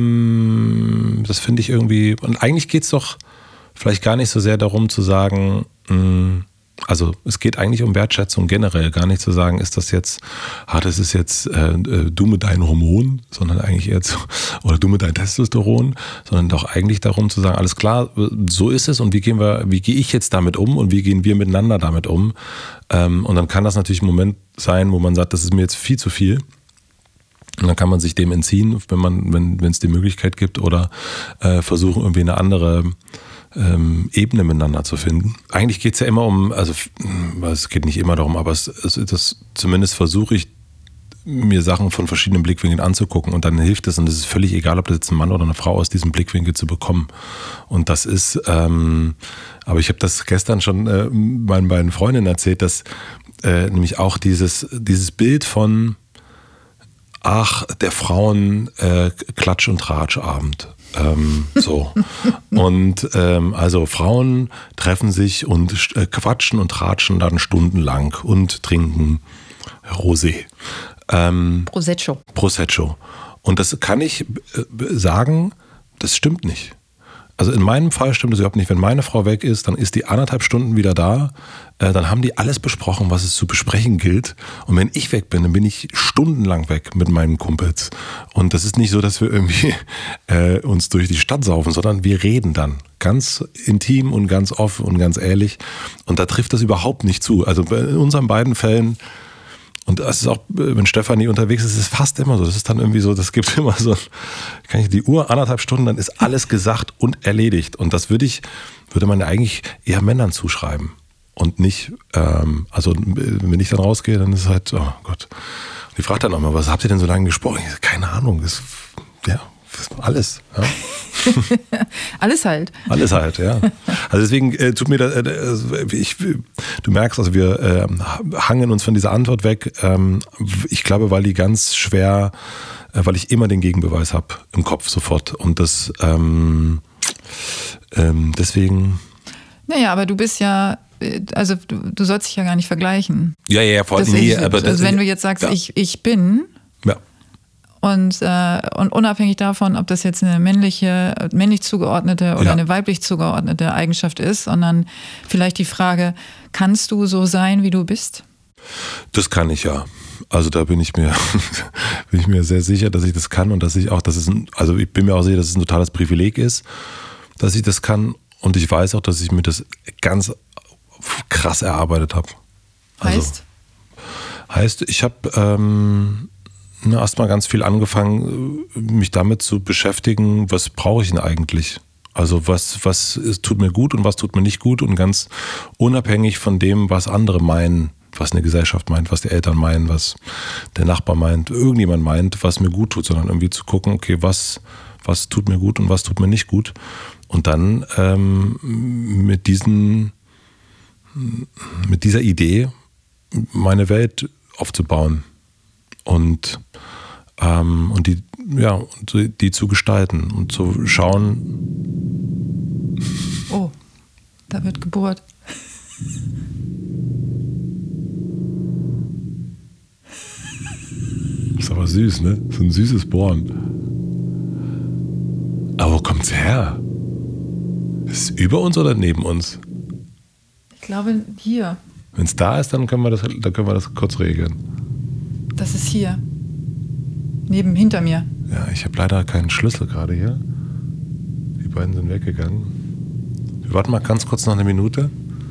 [SPEAKER 1] ähm, das finde ich irgendwie, und eigentlich geht es doch vielleicht gar nicht so sehr darum zu sagen, mh, also es geht eigentlich um Wertschätzung generell, gar nicht zu sagen, ist das jetzt, ah, das ist jetzt äh, du mit deinen Hormonen, sondern eigentlich eher zu, oder du mit deinem Testosteron, sondern doch eigentlich darum zu sagen, alles klar, so ist es und wie gehen wir, wie gehe ich jetzt damit um und wie gehen wir miteinander damit um? Ähm, und dann kann das natürlich ein Moment sein, wo man sagt, das ist mir jetzt viel zu viel. Und dann kann man sich dem entziehen, wenn man, wenn wenn es die Möglichkeit gibt, oder äh, versuchen irgendwie eine andere ähm, Ebene miteinander zu finden. Eigentlich geht es ja immer um, also es geht nicht immer darum, aber es, es, das, zumindest versuche ich, mir Sachen von verschiedenen Blickwinkeln anzugucken und dann hilft es, und es ist völlig egal, ob das jetzt ein Mann oder eine Frau aus diesem Blickwinkel zu bekommen. Und das ist, ähm, aber ich habe das gestern schon äh, meinen beiden Freundinnen erzählt, dass äh, nämlich auch dieses, dieses Bild von ach, der Frauen äh, Klatsch- und Tratschabend. Ähm, so. Und ähm, also Frauen treffen sich und äh, quatschen und tratschen dann stundenlang und trinken Rosé. Ähm,
[SPEAKER 2] Prosecco.
[SPEAKER 1] Prosecco. Und das kann ich äh, sagen, das stimmt nicht. Also in meinem Fall stimmt es überhaupt nicht. Wenn meine Frau weg ist, dann ist die anderthalb Stunden wieder da. Äh, dann haben die alles besprochen, was es zu besprechen gilt. Und wenn ich weg bin, dann bin ich stundenlang weg mit meinen Kumpels. Und das ist nicht so, dass wir irgendwie äh, uns durch die Stadt saufen, sondern wir reden dann ganz intim und ganz offen und ganz ehrlich. Und da trifft das überhaupt nicht zu. Also in unseren beiden Fällen, und das ist auch, wenn Stefanie unterwegs ist, ist es fast immer so. Das ist dann irgendwie so, das gibt immer so, kann ich die Uhr, anderthalb Stunden, dann ist alles gesagt und erledigt. Und das würde ich, würde man ja eigentlich eher Männern zuschreiben. Und nicht, ähm, also wenn ich dann rausgehe, dann ist es halt, oh Gott. Und die fragt dann auch mal, was habt ihr denn so lange gesprochen? Ich sage, keine Ahnung, das, ja, alles. Ja.
[SPEAKER 2] Alles halt.
[SPEAKER 1] Alles halt, ja. Also deswegen äh, tut mir das, äh, ich, du merkst, also wir äh, hangen uns von dieser Antwort weg. Ähm, ich glaube, weil die ganz schwer, äh, weil ich immer den Gegenbeweis habe im Kopf sofort. Und das ähm, ähm, deswegen.
[SPEAKER 2] Naja, aber du bist ja, also du, du sollst dich ja gar nicht vergleichen.
[SPEAKER 1] Ja, ja, ja, vor allem nie. Aber das,
[SPEAKER 2] also wenn du jetzt sagst, ja. ich, ich bin.
[SPEAKER 1] Ja.
[SPEAKER 2] Und, äh, und unabhängig davon, ob das jetzt eine männliche, männlich zugeordnete oder ja. eine weiblich zugeordnete Eigenschaft ist, sondern vielleicht die Frage, kannst du so sein, wie du bist?
[SPEAKER 1] Das kann ich ja. Also da bin ich mir, bin ich mir sehr sicher, dass ich das kann und dass ich auch, dass es ein, also ich bin mir auch sicher, dass es ein totales Privileg ist, dass ich das kann und ich weiß auch, dass ich mir das ganz krass erarbeitet habe. Also,
[SPEAKER 2] heißt?
[SPEAKER 1] Heißt, ich habe ähm, erstmal ganz viel angefangen, mich damit zu beschäftigen, was brauche ich denn eigentlich? Also was, was tut mir gut und was tut mir nicht gut und ganz unabhängig von dem, was andere meinen, was eine Gesellschaft meint, was die Eltern meinen, was der Nachbar meint, irgendjemand meint, was mir gut tut, sondern irgendwie zu gucken, okay, was, was tut mir gut und was tut mir nicht gut und dann ähm, mit diesen, mit dieser Idee meine Welt aufzubauen. Und, ähm, und die, ja, die zu gestalten und zu schauen.
[SPEAKER 2] Oh, da wird gebohrt.
[SPEAKER 1] Ist aber süß, ne? So ein süßes Bohren. Aber wo kommt's her? Ist es über uns oder neben uns?
[SPEAKER 2] Ich glaube hier.
[SPEAKER 1] Wenn es da ist, dann können wir das, dann können wir das kurz regeln.
[SPEAKER 2] Das ist hier. Neben, hinter mir.
[SPEAKER 1] Ja, ich habe leider keinen Schlüssel gerade hier. Die beiden sind weggegangen. Wir warten mal ganz kurz noch eine Minute.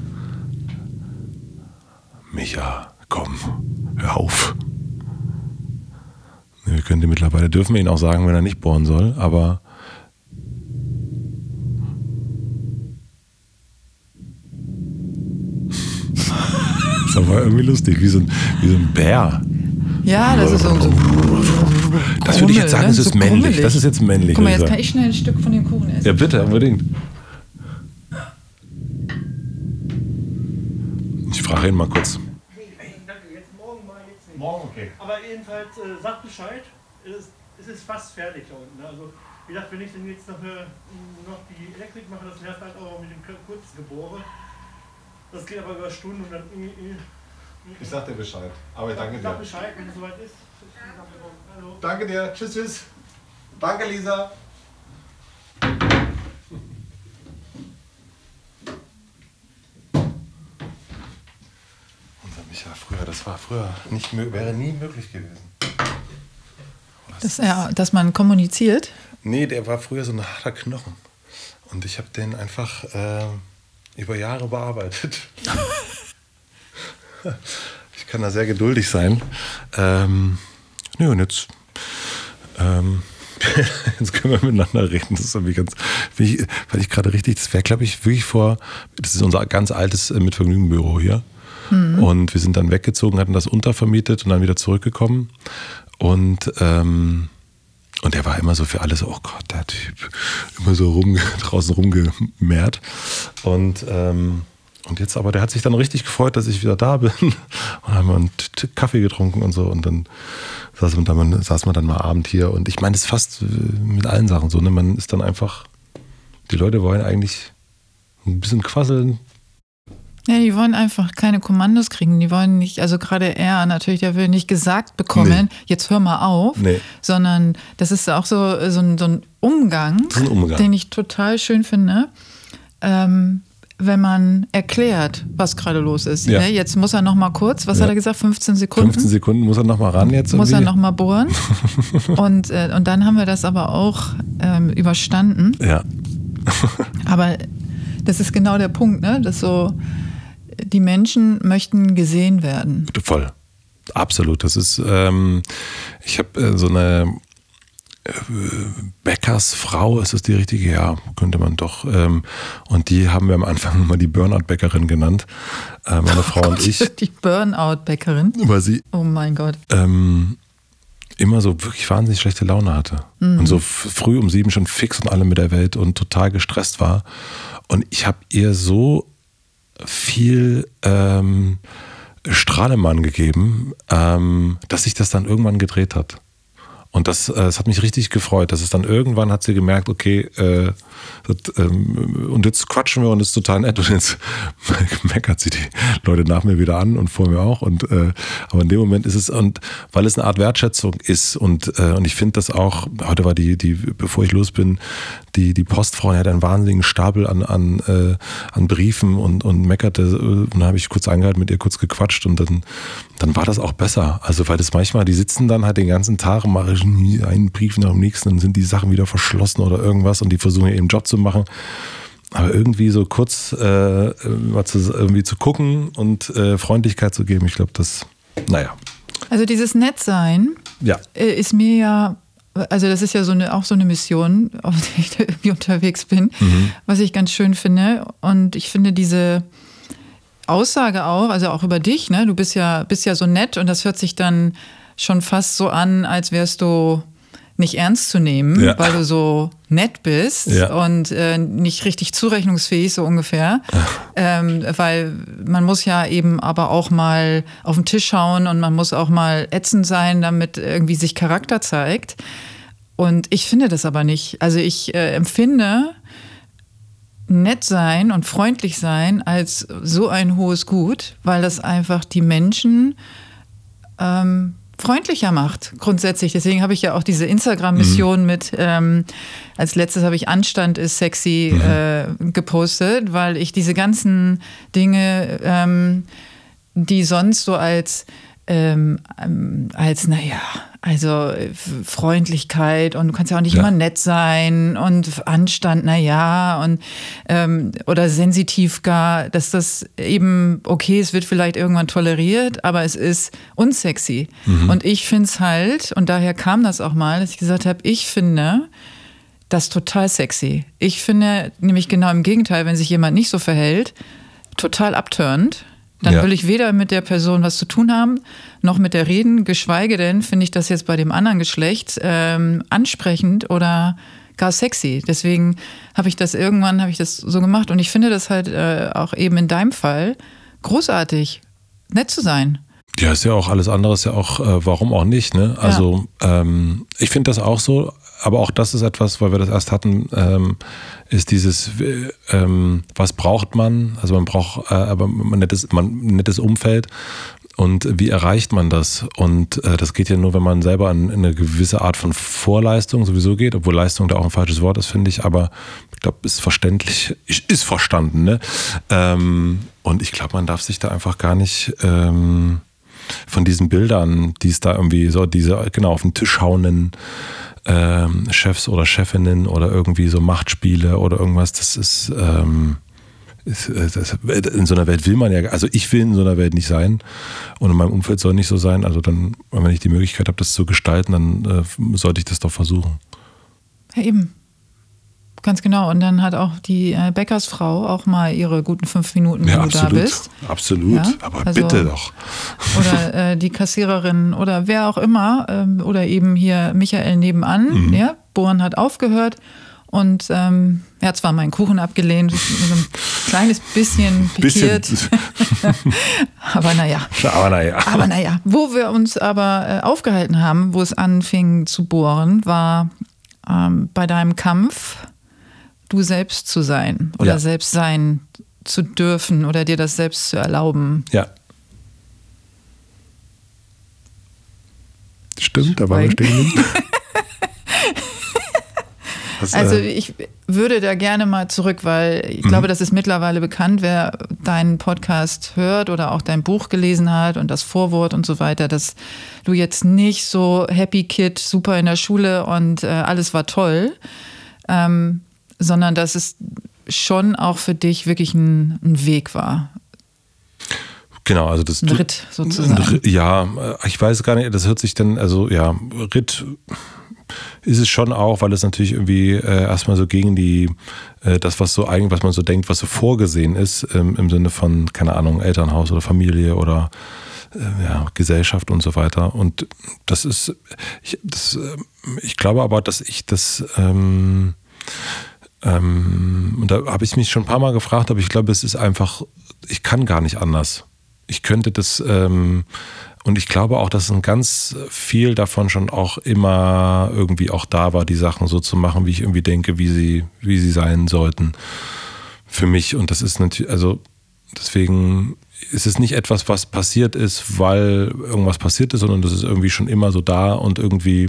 [SPEAKER 1] Micha, komm, hör auf. Wir können dir mittlerweile, dürfen wir ihn auch sagen, wenn er nicht bohren soll, aber das ist aber irgendwie lustig, wie so ein, wie so ein Bär.
[SPEAKER 2] Ja, das ist so. so
[SPEAKER 1] das würde ich jetzt sagen,
[SPEAKER 2] ne?
[SPEAKER 1] das ist
[SPEAKER 2] so
[SPEAKER 1] männlich.
[SPEAKER 2] grummelig.
[SPEAKER 1] Das ist jetzt männlich.
[SPEAKER 2] Guck mal, jetzt kann ich schnell ein Stück von dem Kuchen essen.
[SPEAKER 1] Ja, bitte, unbedingt. Ich frage ihn mal kurz.
[SPEAKER 3] Danke, jetzt morgen mal jetzt nicht.
[SPEAKER 1] Morgen, okay.
[SPEAKER 3] Aber jedenfalls, äh, sagt Bescheid, es ist, es ist fast fertig da unten. Ne? Also, wie gesagt, wenn ich dann jetzt noch, äh, noch die Elektrik mache, das nervt halt auch mit dem kurzen Gebohre. Das geht aber über Stunden und dann. Äh,
[SPEAKER 1] Ich sag dir Bescheid. Aber ich danke dir.
[SPEAKER 3] Sag Bescheid, wenn es soweit ist. Hallo.
[SPEAKER 1] Danke dir. Tschüss, tschüss. Danke, Lisa. Unser Micha früher, das war früher nicht, wäre nie möglich gewesen.
[SPEAKER 2] Das, ja, dass man kommuniziert?
[SPEAKER 1] Nee, der war früher so ein harter Knochen. Und ich habe den einfach äh, über Jahre bearbeitet. Ich kann da sehr geduldig sein. Ähm, nö, und jetzt, ähm, jetzt können wir miteinander reden. Das ist irgendwie ganz, ich, weil ich gerade richtig, das wäre, glaube ich, wirklich vor, das ist unser ganz altes Mitvergnügen-Büro hier. Mhm. Und wir sind dann weggezogen, hatten das untervermietet und dann wieder zurückgekommen. Und, ähm, und der war immer so für alles, oh Gott, der Typ, immer so rum, draußen rumgemehrt. Und, ähm, Und jetzt aber, der hat sich dann richtig gefreut, dass ich wieder da bin. Und haben wir einen Kaffee getrunken und so. Und dann saß man dann, saß man dann mal Abend hier. Und ich meine, das ist fast mit allen Sachen so. Ne? Man ist dann einfach, die Leute wollen eigentlich ein bisschen quasseln.
[SPEAKER 2] Ja, die wollen einfach keine Kommandos kriegen. Die wollen nicht, also gerade er natürlich, der will nicht gesagt bekommen, nee. Jetzt hör mal auf. Nee. Sondern das ist auch so, so, ein, so ein Umgang,
[SPEAKER 1] das ist ein Umgang,
[SPEAKER 2] den ich total schön finde. Ähm, wenn man erklärt, was gerade los ist. Ja. Jetzt muss er noch mal kurz, was ja. hat er gesagt, fünfzehn Sekunden?
[SPEAKER 1] fünfzehn Sekunden muss er noch mal ran jetzt.
[SPEAKER 2] Muss irgendwie? er noch mal bohren. und, äh, und dann haben wir das aber auch ähm, überstanden.
[SPEAKER 1] Ja.
[SPEAKER 2] Aber das ist genau der Punkt, ne? Dass so, die Menschen möchten gesehen werden.
[SPEAKER 1] Voll. Absolut. Das ist, ähm, ich habe äh, so eine Bäckersfrau, ist das die richtige? Ja, könnte man doch. Und die haben wir am Anfang mal die Burnout-Bäckerin genannt. Meine oh Frau
[SPEAKER 2] Gott,
[SPEAKER 1] und ich.
[SPEAKER 2] Die Burnout-Bäckerin?
[SPEAKER 1] Weil sie.
[SPEAKER 2] Oh mein Gott.
[SPEAKER 1] Ähm, immer so wirklich wahnsinnig schlechte Laune hatte. Mhm. Und so f- früh um sieben schon fix und alle mit der Welt und total gestresst war. Und ich habe ihr so viel ähm, Strahlemann gegeben, ähm, dass sich das dann irgendwann gedreht hat. Und das, äh, das hat mich richtig gefreut, dass es dann irgendwann hat sie gemerkt, okay, äh, das, ähm, und jetzt quatschen wir und es ist total nett und jetzt meckert sie die Leute nach mir wieder an und vor mir auch. Und äh, aber in dem Moment ist es, und weil es eine Art Wertschätzung ist und, äh, und ich finde das auch, heute war die, die, bevor ich los bin, die, die Postfrau, die hat einen wahnsinnigen Stapel an, an, äh, an Briefen und, und meckerte. Und dann habe ich kurz angehalten, mit ihr kurz gequatscht und dann, dann war das auch besser. Also weil das manchmal, die sitzen dann halt den ganzen Tag und machen einen Brief nach dem nächsten, dann sind die Sachen wieder verschlossen oder irgendwas und die versuchen ihren Job zu machen. Aber irgendwie so kurz äh, mal zu, irgendwie zu gucken und äh, Freundlichkeit zu geben, ich glaube, das, naja.
[SPEAKER 2] Also dieses Nettsein
[SPEAKER 1] ja.
[SPEAKER 2] ist mir ja, also das ist ja so eine, auch so eine Mission, auf der ich da irgendwie unterwegs bin, mhm. was ich ganz schön finde. Und ich finde diese Aussage auch, also auch über dich, ne? Du bist ja, bist ja so nett und das hört sich dann schon fast so an, als wärst du nicht ernst zu nehmen, ja. weil du so nett bist ja. und äh, nicht richtig zurechnungsfähig, so ungefähr. Ähm, weil man muss ja eben aber auch mal auf den Tisch schauen und man muss auch mal ätzend sein, damit irgendwie sich Charakter zeigt. Und ich finde das aber nicht. Also ich äh, empfinde nett sein und freundlich sein als so ein hohes Gut, weil das einfach die Menschen ähm, freundlicher macht, grundsätzlich. Deswegen habe ich ja auch diese Instagram-Mission mhm. mit, ähm, als letztes habe ich Anstand ist sexy mhm. äh, gepostet, weil ich diese ganzen Dinge, ähm, die sonst so als, ähm, als naja, also Freundlichkeit und du kannst ja auch nicht ja. immer nett sein und Anstand, naja, und ähm, oder sensitiv gar, dass das eben, okay, es wird vielleicht irgendwann toleriert, aber es ist unsexy. Mhm. Und ich finde es halt, und daher kam das auch mal, dass ich gesagt habe, ich finde das total sexy. Ich finde nämlich genau im Gegenteil, wenn sich jemand nicht so verhält, total abturnend. Dann ja. will ich weder mit der Person was zu tun haben, noch mit der reden, geschweige denn finde ich das jetzt bei dem anderen Geschlecht ähm, ansprechend oder gar sexy. Deswegen habe ich das irgendwann, habe ich das so gemacht und ich finde das halt äh, auch eben in deinem Fall großartig, nett zu sein.
[SPEAKER 1] Ja, ist ja auch alles andere, ist ja auch, äh, warum auch nicht, ne? Also ja. ähm, ich finde das auch so, aber auch das ist etwas, weil wir das erst hatten, ähm, ist dieses, ähm, was braucht man? Also man braucht äh, aber ein nettes, man, ein nettes Umfeld und wie erreicht man das? Und äh, das geht ja nur, wenn man selber an, in eine gewisse Art von Vorleistung sowieso geht, obwohl Leistung da auch ein falsches Wort ist, finde ich, aber ich glaube, ist verständlich, ist verstanden, ne? Ähm, und ich glaube, man darf sich da einfach gar nicht ähm, von diesen Bildern, die es da irgendwie so, diese genau auf den Tisch hauenden ähm, Chefs oder Chefinnen oder irgendwie so Machtspiele oder irgendwas, das ist, ähm, ist das, in so einer Welt will man ja, also ich will in so einer Welt nicht sein und in meinem Umfeld soll nicht so sein, also dann, wenn ich die Möglichkeit habe, das zu gestalten, dann äh, sollte ich das doch versuchen.
[SPEAKER 2] Ja, eben. Ganz genau. Und dann hat auch die äh, Bäckersfrau auch mal ihre guten fünf Minuten, wenn ja, du
[SPEAKER 1] absolut,
[SPEAKER 2] da bist.
[SPEAKER 1] Absolut, ja? Aber also, bitte doch.
[SPEAKER 2] Oder äh, die Kassiererin oder wer auch immer. Ähm, oder eben hier Michael nebenan. Mhm. Ja, Bohren hat aufgehört und ähm, er hat zwar meinen Kuchen abgelehnt, so ein kleines bisschen pikiert. Bisschen. aber naja.
[SPEAKER 1] Aber naja.
[SPEAKER 2] Aber naja. Wo wir uns aber äh, aufgehalten haben, wo es anfing zu bohren, war ähm, bei deinem Kampf, du selbst zu sein oder ja. selbst sein zu dürfen oder dir das selbst zu erlauben.
[SPEAKER 1] Ja. Stimmt, da waren wir stehen. Das,
[SPEAKER 2] also
[SPEAKER 1] äh
[SPEAKER 2] ich würde da gerne mal zurück, weil ich mhm. glaube, das ist mittlerweile bekannt, wer deinen Podcast hört oder auch dein Buch gelesen hat und das Vorwort und so weiter, dass du jetzt nicht so Happy Kid, super in der Schule und äh, alles war toll, ähm, sondern dass es schon auch für dich wirklich ein, ein Weg war.
[SPEAKER 1] Genau, also das
[SPEAKER 2] ein Ritt sozusagen.
[SPEAKER 1] Ja, ich weiß gar nicht, das hört sich dann, also ja, Ritt ist es schon auch, weil es natürlich irgendwie äh, erstmal so gegen die, äh, das, was so eigentlich, was man so denkt, was so vorgesehen ist, ähm, im Sinne von, keine Ahnung, Elternhaus oder Familie oder äh, ja, Gesellschaft und so weiter. Und das ist, ich, das, ich glaube aber, dass ich das, ähm, ähm, und da habe ich mich schon ein paar Mal gefragt, aber ich glaube, es ist einfach, ich kann gar nicht anders. Ich könnte das, ähm, und ich glaube auch, dass ein ganz viel davon schon auch immer irgendwie auch da war, die Sachen so zu machen, wie ich irgendwie denke, wie sie, wie sie sein sollten für mich. Und das ist natürlich, also deswegen ist es nicht etwas, was passiert ist, weil irgendwas passiert ist, sondern das ist irgendwie schon immer so da und irgendwie,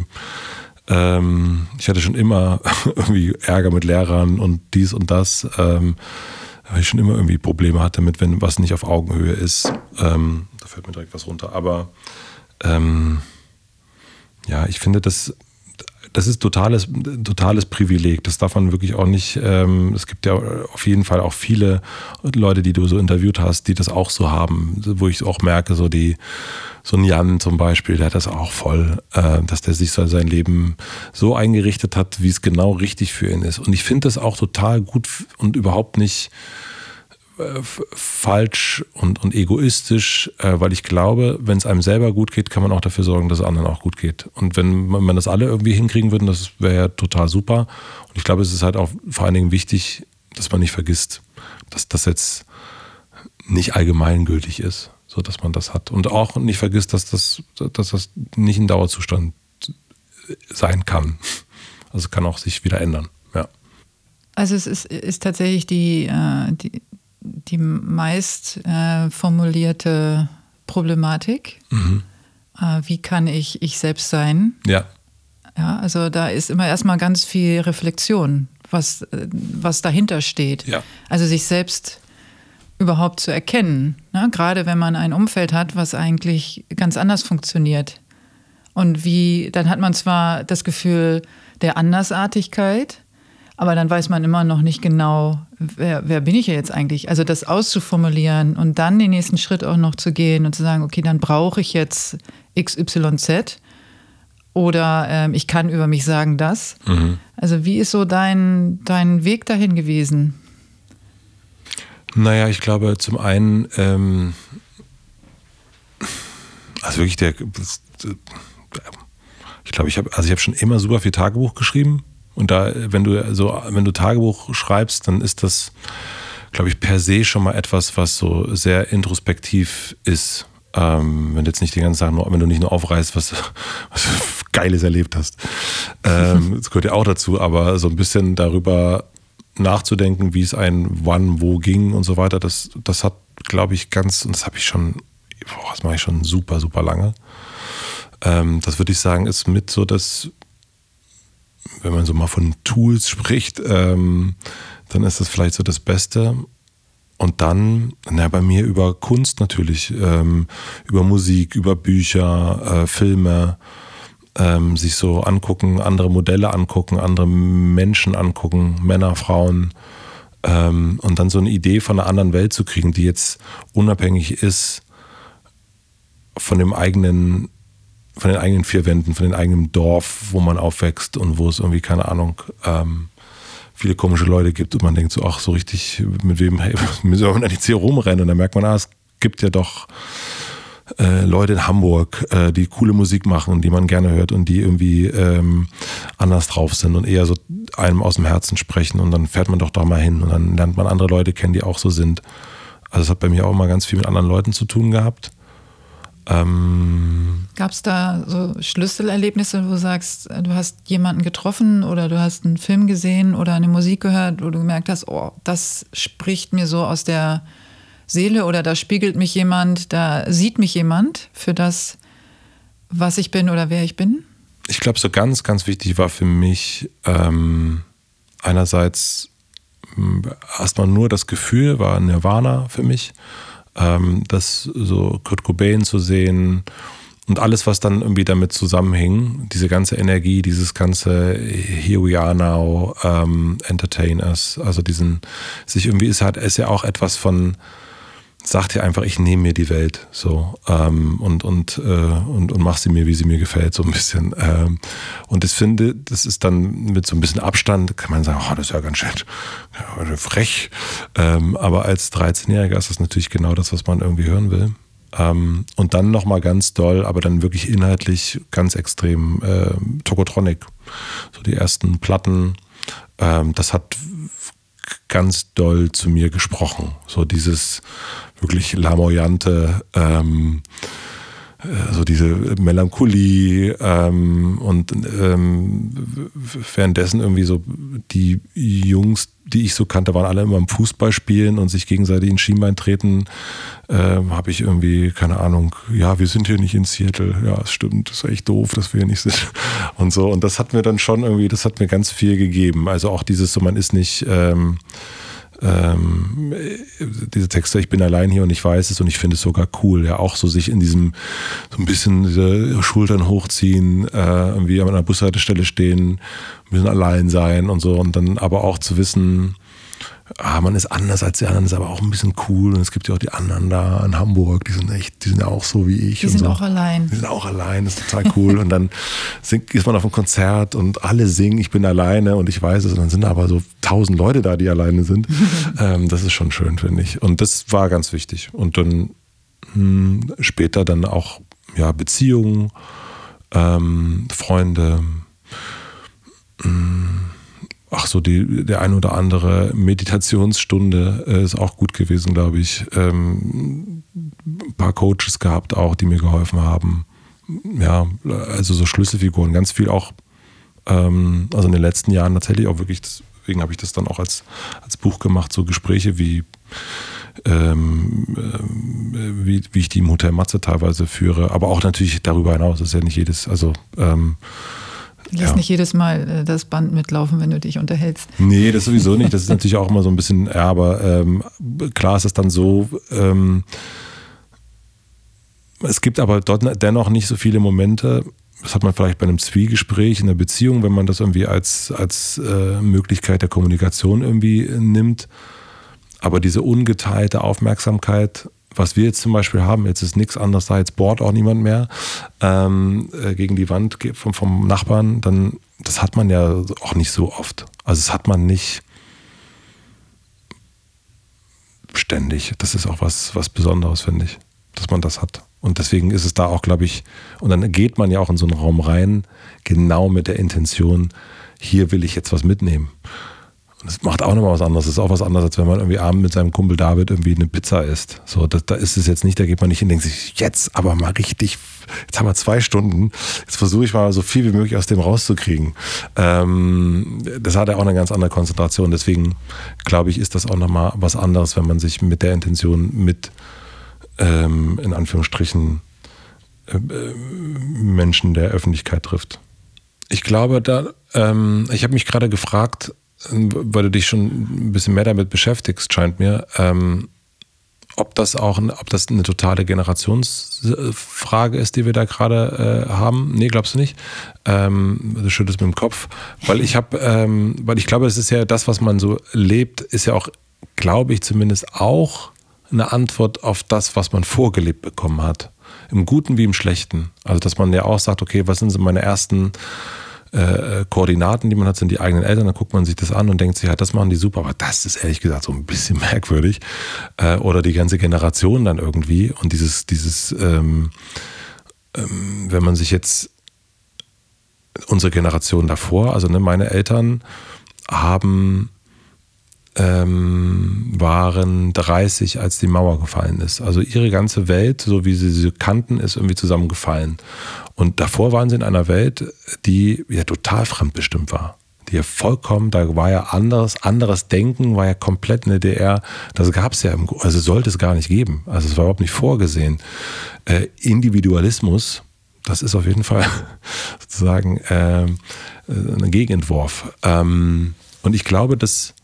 [SPEAKER 1] ähm, ich hatte schon immer irgendwie Ärger mit Lehrern und dies und das, ähm, weil ich schon immer irgendwie Probleme hatte mit, wenn was nicht auf Augenhöhe ist. Ähm, da fällt mir direkt was runter. Aber ähm, ja, ich finde, das, das ist totales, totales Privileg. Das darf man wirklich auch nicht, ähm, es gibt ja auf jeden Fall auch viele Leute, die du so interviewt hast, die das auch so haben, wo ich auch merke, so die, so ein Jan zum Beispiel, der hat das auch voll, äh, dass der sich so sein Leben so eingerichtet hat, wie es genau richtig für ihn ist. Und ich finde das auch total gut und überhaupt nicht äh, f- falsch und, und egoistisch, äh, weil ich glaube, wenn es einem selber gut geht, kann man auch dafür sorgen, dass es anderen auch gut geht. Und wenn man, wenn das alle irgendwie hinkriegen würden, das wäre ja total super. Und ich glaube, es ist halt auch vor allen Dingen wichtig, dass man nicht vergisst, dass das jetzt nicht allgemeingültig ist. So dass man das hat. Und auch nicht vergisst, dass das, dass das nicht ein Dauerzustand sein kann. Also kann auch sich wieder ändern. Ja.
[SPEAKER 2] Also es ist, ist tatsächlich die, äh, die, die meist äh, formulierte Problematik. Mhm. Äh, wie kann ich ich selbst sein?
[SPEAKER 1] Ja.
[SPEAKER 2] Ja, also da ist immer erstmal ganz viel Reflexion, was, was dahinter steht.
[SPEAKER 1] Ja.
[SPEAKER 2] Also sich selbst überhaupt zu erkennen, ne? Gerade wenn man ein Umfeld hat, was eigentlich ganz anders funktioniert. Und wie, dann hat man zwar das Gefühl der Andersartigkeit, aber dann weiß man immer noch nicht genau, wer, wer bin ich ja jetzt eigentlich? Also das auszuformulieren und dann den nächsten Schritt auch noch zu gehen und zu sagen, okay, dann brauche ich jetzt X Y Z oder ähm, ich kann über mich sagen das. Mhm. Also wie ist so dein, dein Weg dahin gewesen?
[SPEAKER 1] Naja, ich glaube zum einen, ähm, also wirklich der, ich glaube, ich habe, also ich habe schon immer super viel Tagebuch geschrieben und da, wenn du so, wenn du Tagebuch schreibst, dann ist das, glaube ich, per se schon mal etwas, was so sehr introspektiv ist. Ähm, wenn du jetzt nicht den ganzen Tag nur, wenn du nicht nur aufreißt, was, was du Geiles erlebt hast. Ähm, das gehört ja auch dazu, aber so ein bisschen darüber nachzudenken, wie es ein wann, wo ging und so weiter, das, das hat, glaube ich, ganz, und das habe ich schon, boah, das mache ich schon super, super lange. Ähm, das würde ich sagen, ist mit so das, wenn man so mal von Tools spricht, ähm, dann ist das vielleicht so das Beste. Und dann, na, bei mir über Kunst natürlich, ähm, über Musik, über Bücher, äh, Filme, Ähm, sich so angucken, andere Modelle angucken, andere Menschen angucken, Männer, Frauen ähm, und dann so eine Idee von einer anderen Welt zu kriegen, die jetzt unabhängig ist von dem eigenen, von den eigenen vier Wänden, von dem eigenen Dorf, wo man aufwächst und wo es irgendwie, keine Ahnung, ähm, viele komische Leute gibt und man denkt so, ach, so richtig, mit wem, hey, mit soll man denn jetzt hier rumrennen? Und dann merkt man, ah, es gibt ja doch Äh, Leute in Hamburg, äh, die coole Musik machen, die man gerne hört und die irgendwie ähm, anders drauf sind und eher so einem aus dem Herzen sprechen und dann fährt man doch da mal hin und dann lernt man andere Leute kennen, die auch so sind. Also es hat bei mir auch immer ganz viel mit anderen Leuten zu tun gehabt. Ähm
[SPEAKER 2] Gab es da so Schlüsselerlebnisse, wo du sagst, du hast jemanden getroffen oder du hast einen Film gesehen oder eine Musik gehört, wo du gemerkt hast, oh, das spricht mir so aus der Seele oder da spiegelt mich jemand, da sieht mich jemand für das, was ich bin oder wer ich bin?
[SPEAKER 1] Ich glaube, so ganz, ganz wichtig war für mich ähm, einerseits erstmal nur das Gefühl, war Nirvana für mich, ähm, das so Kurt Cobain zu sehen und alles, was dann irgendwie damit zusammenhing, diese ganze Energie, dieses ganze Here we are now, ähm, entertain us, also diesen, sich irgendwie, ist halt, ist ja auch etwas von, sagt ja einfach, ich nehme mir die Welt so ähm, und, und, äh, und, und mach sie mir, wie sie mir gefällt, so ein bisschen. Ähm, und ich finde, das ist dann mit so ein bisschen Abstand, kann man sagen, oh, das ist ja ganz schön ja, frech. Ähm, aber als dreizehnjähriger ist das natürlich genau das, was man irgendwie hören will. Ähm, und dann nochmal ganz doll, aber dann wirklich inhaltlich ganz extrem äh, Tokotronic. So die ersten Platten, ähm, das hat ganz doll zu mir gesprochen. So dieses wirklich lamoyante, ähm, so diese Melancholie ähm, und ähm, währenddessen irgendwie so die Jungs, die ich so kannte, waren alle immer im Fußball spielen und sich gegenseitig in Schienbein treten. Ähm, habe ich irgendwie, keine Ahnung, ja, wir sind hier nicht in Seattle. Ja, es stimmt, das ist echt doof, dass wir hier nicht sind. Und so, und das hat mir dann schon irgendwie, das hat mir ganz viel gegeben. Also auch dieses so, man ist nicht ähm, Ähm, diese Texte, ich bin allein hier und ich weiß es und ich finde es sogar cool, ja, auch so sich in diesem, so ein bisschen diese Schultern hochziehen, äh, irgendwie an einer Bushaltestelle stehen, ein bisschen allein sein und so und dann aber auch zu wissen, ah, man ist anders als die anderen, ist aber auch ein bisschen cool und es gibt ja auch die anderen da in Hamburg, die sind echt, die sind ja auch so wie ich.
[SPEAKER 2] Die
[SPEAKER 1] und
[SPEAKER 2] sind
[SPEAKER 1] so.
[SPEAKER 2] auch allein.
[SPEAKER 1] Die sind auch allein, das ist total cool und dann singt, ist man auf einem Konzert und alle singen, ich bin alleine und ich weiß es und dann sind aber so tausend Leute da, die alleine sind. ähm, das ist schon schön, finde ich. Und das war ganz wichtig. Und dann hm, später dann auch ja, Beziehungen, ähm, Freunde, hm, ach so, die, der ein oder andere Meditationsstunde äh, ist auch gut gewesen, glaube ich. Ähm, ein paar Coaches gehabt auch, die mir geholfen haben. Ja, also so Schlüsselfiguren, ganz viel auch, ähm, also in den letzten Jahren tatsächlich auch wirklich, deswegen habe ich das dann auch als, als Buch gemacht, so Gespräche wie, ähm, äh, wie, wie ich die im Hotel Matze teilweise führe, aber auch natürlich darüber hinaus, das ist ja nicht jedes, also ähm,
[SPEAKER 2] Lass
[SPEAKER 1] ja.
[SPEAKER 2] nicht jedes Mal das Band mitlaufen, wenn du dich unterhältst.
[SPEAKER 1] Nee, das sowieso nicht. Das ist natürlich auch immer so ein bisschen, ja, aber ähm, klar ist es dann so, ähm, es gibt aber dort dennoch nicht so viele Momente, das hat man vielleicht bei einem Zwiegespräch in einer Beziehung, wenn man das irgendwie als, als äh, Möglichkeit der Kommunikation irgendwie nimmt, aber diese ungeteilte Aufmerksamkeit, was wir jetzt zum Beispiel haben, jetzt ist nichts anderes da, jetzt bohrt auch niemand mehr ähm, äh, gegen die Wand vom, vom Nachbarn, dann das hat man ja auch nicht so oft. Also das hat man nicht ständig. Das ist auch was, was Besonderes, finde ich, dass man das hat. Und deswegen ist es da auch, glaube ich, und dann geht man ja auch in so einen Raum rein, genau mit der Intention, hier will ich jetzt was mitnehmen. Das macht auch nochmal was anderes. Das ist auch was anderes, als wenn man irgendwie abends mit seinem Kumpel David irgendwie eine Pizza isst. So, da, da ist es jetzt nicht, da geht man nicht hin und denkt sich, jetzt aber mal richtig, jetzt haben wir zwei Stunden, jetzt versuche ich mal so viel wie möglich aus dem rauszukriegen. Ähm, das hat ja auch eine ganz andere Konzentration. Deswegen glaube ich, ist das auch nochmal was anderes, wenn man sich mit der Intention mit, ähm, in Anführungsstrichen, äh, äh, Menschen der Öffentlichkeit trifft. Ich glaube, da, ähm, ich habe mich gerade gefragt, weil du dich schon ein bisschen mehr damit beschäftigst, scheint mir, ähm, ob das auch ob das eine totale Generationsfrage ist, die wir da gerade äh, haben. Nee, glaubst du nicht? Ähm, du schüttelst mit dem Kopf. Weil ich habe, ähm, weil ich glaube, es ist ja das, was man so lebt, ist ja auch, glaube ich zumindest auch eine Antwort auf das, was man vorgelebt bekommen hat. Im Guten wie im Schlechten. Also, dass man ja auch sagt, okay, was sind so meine ersten Äh, Koordinaten, die man hat, sind die eigenen Eltern, dann guckt man sich das an und denkt sich, ja, das machen die super, aber das ist ehrlich gesagt so ein bisschen merkwürdig. Äh, oder die ganze Generation dann irgendwie und dieses, dieses ähm, ähm, wenn man sich jetzt unsere Generation davor, also ne, meine Eltern haben ähm, waren dreißig, als die Mauer gefallen ist. Also ihre ganze Welt, so wie sie sie kannten, ist irgendwie zusammengefallen. Und davor waren sie in einer Welt, die ja total fremdbestimmt war. Die ja vollkommen, da war ja anderes, anderes Denken, war ja komplett in der D D R. Das gab es ja, im, also sollte es gar nicht geben. Also es war überhaupt nicht vorgesehen. Äh, Individualismus, das ist auf jeden Fall sozusagen äh, ein Gegenentwurf. Ähm, und ich glaube, dass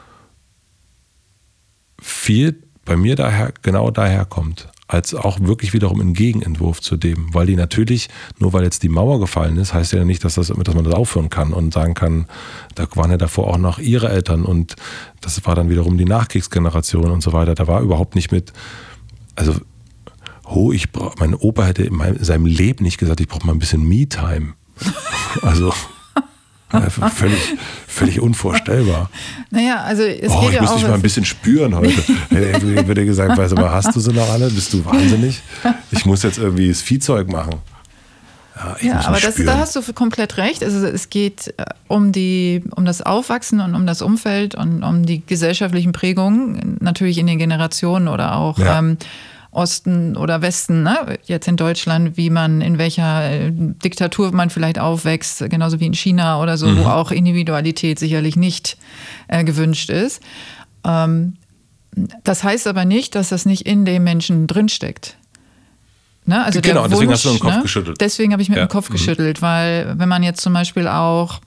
[SPEAKER 1] viel bei mir daher genau daher kommt, als auch wirklich wiederum ein Gegenentwurf zu dem, weil die natürlich, nur weil jetzt die Mauer gefallen ist, heißt ja nicht, dass, das, dass man das aufhören kann und sagen kann, da waren ja davor auch noch ihre Eltern und das war dann wiederum die Nachkriegsgeneration und so weiter. Da war überhaupt nicht mit, also oh, ich brauch, mein Opa hätte in, meinem, in seinem Leben nicht gesagt, ich brauche mal ein bisschen Me-Time. Also völlig, völlig unvorstellbar.
[SPEAKER 2] Naja, also es
[SPEAKER 1] oh,
[SPEAKER 2] geht
[SPEAKER 1] ich
[SPEAKER 2] ja
[SPEAKER 1] muss
[SPEAKER 2] auch...
[SPEAKER 1] dich mal ein bisschen spüren heute. Ich würde gesagt, weißt du, aber hast du sie noch alle? Bist du wahnsinnig? Ich muss jetzt irgendwie das Viehzeug machen. Ja,
[SPEAKER 2] ja aber das, da hast du komplett recht. Also es geht um, die, um das Aufwachsen und um das Umfeld und um die gesellschaftlichen Prägungen, natürlich in den Generationen oder auch ja. ähm, Osten oder Westen, ne? Jetzt in Deutschland, wie man, in welcher Diktatur man vielleicht aufwächst, genauso wie in China oder so, mhm. wo auch Individualität sicherlich nicht äh, gewünscht ist. Ähm, das heißt aber nicht, dass das nicht in dem Menschen drinsteckt. Ne? Also
[SPEAKER 1] genau,
[SPEAKER 2] der
[SPEAKER 1] deswegen
[SPEAKER 2] Wunsch,
[SPEAKER 1] hast du den Kopf
[SPEAKER 2] ne?
[SPEAKER 1] geschüttelt.
[SPEAKER 2] Deswegen habe ich mit
[SPEAKER 1] ja.
[SPEAKER 2] dem Kopf
[SPEAKER 1] mhm.
[SPEAKER 2] geschüttelt, weil wenn man jetzt zum Beispiel auch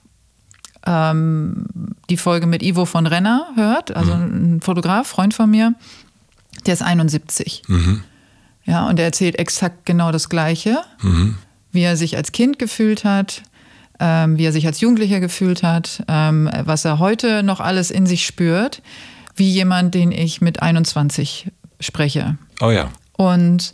[SPEAKER 2] ähm, die Folge mit Ivo von Renner hört, also mhm. ein Fotograf, Freund von mir, der ist einundsiebzig. Mhm. Ja, und er erzählt exakt genau das Gleiche, mhm. wie er sich als Kind gefühlt hat, ähm, wie er sich als Jugendlicher gefühlt hat, ähm, was er heute noch alles in sich spürt, wie jemand, den ich mit einundzwanzig spreche.
[SPEAKER 1] Oh ja.
[SPEAKER 2] Und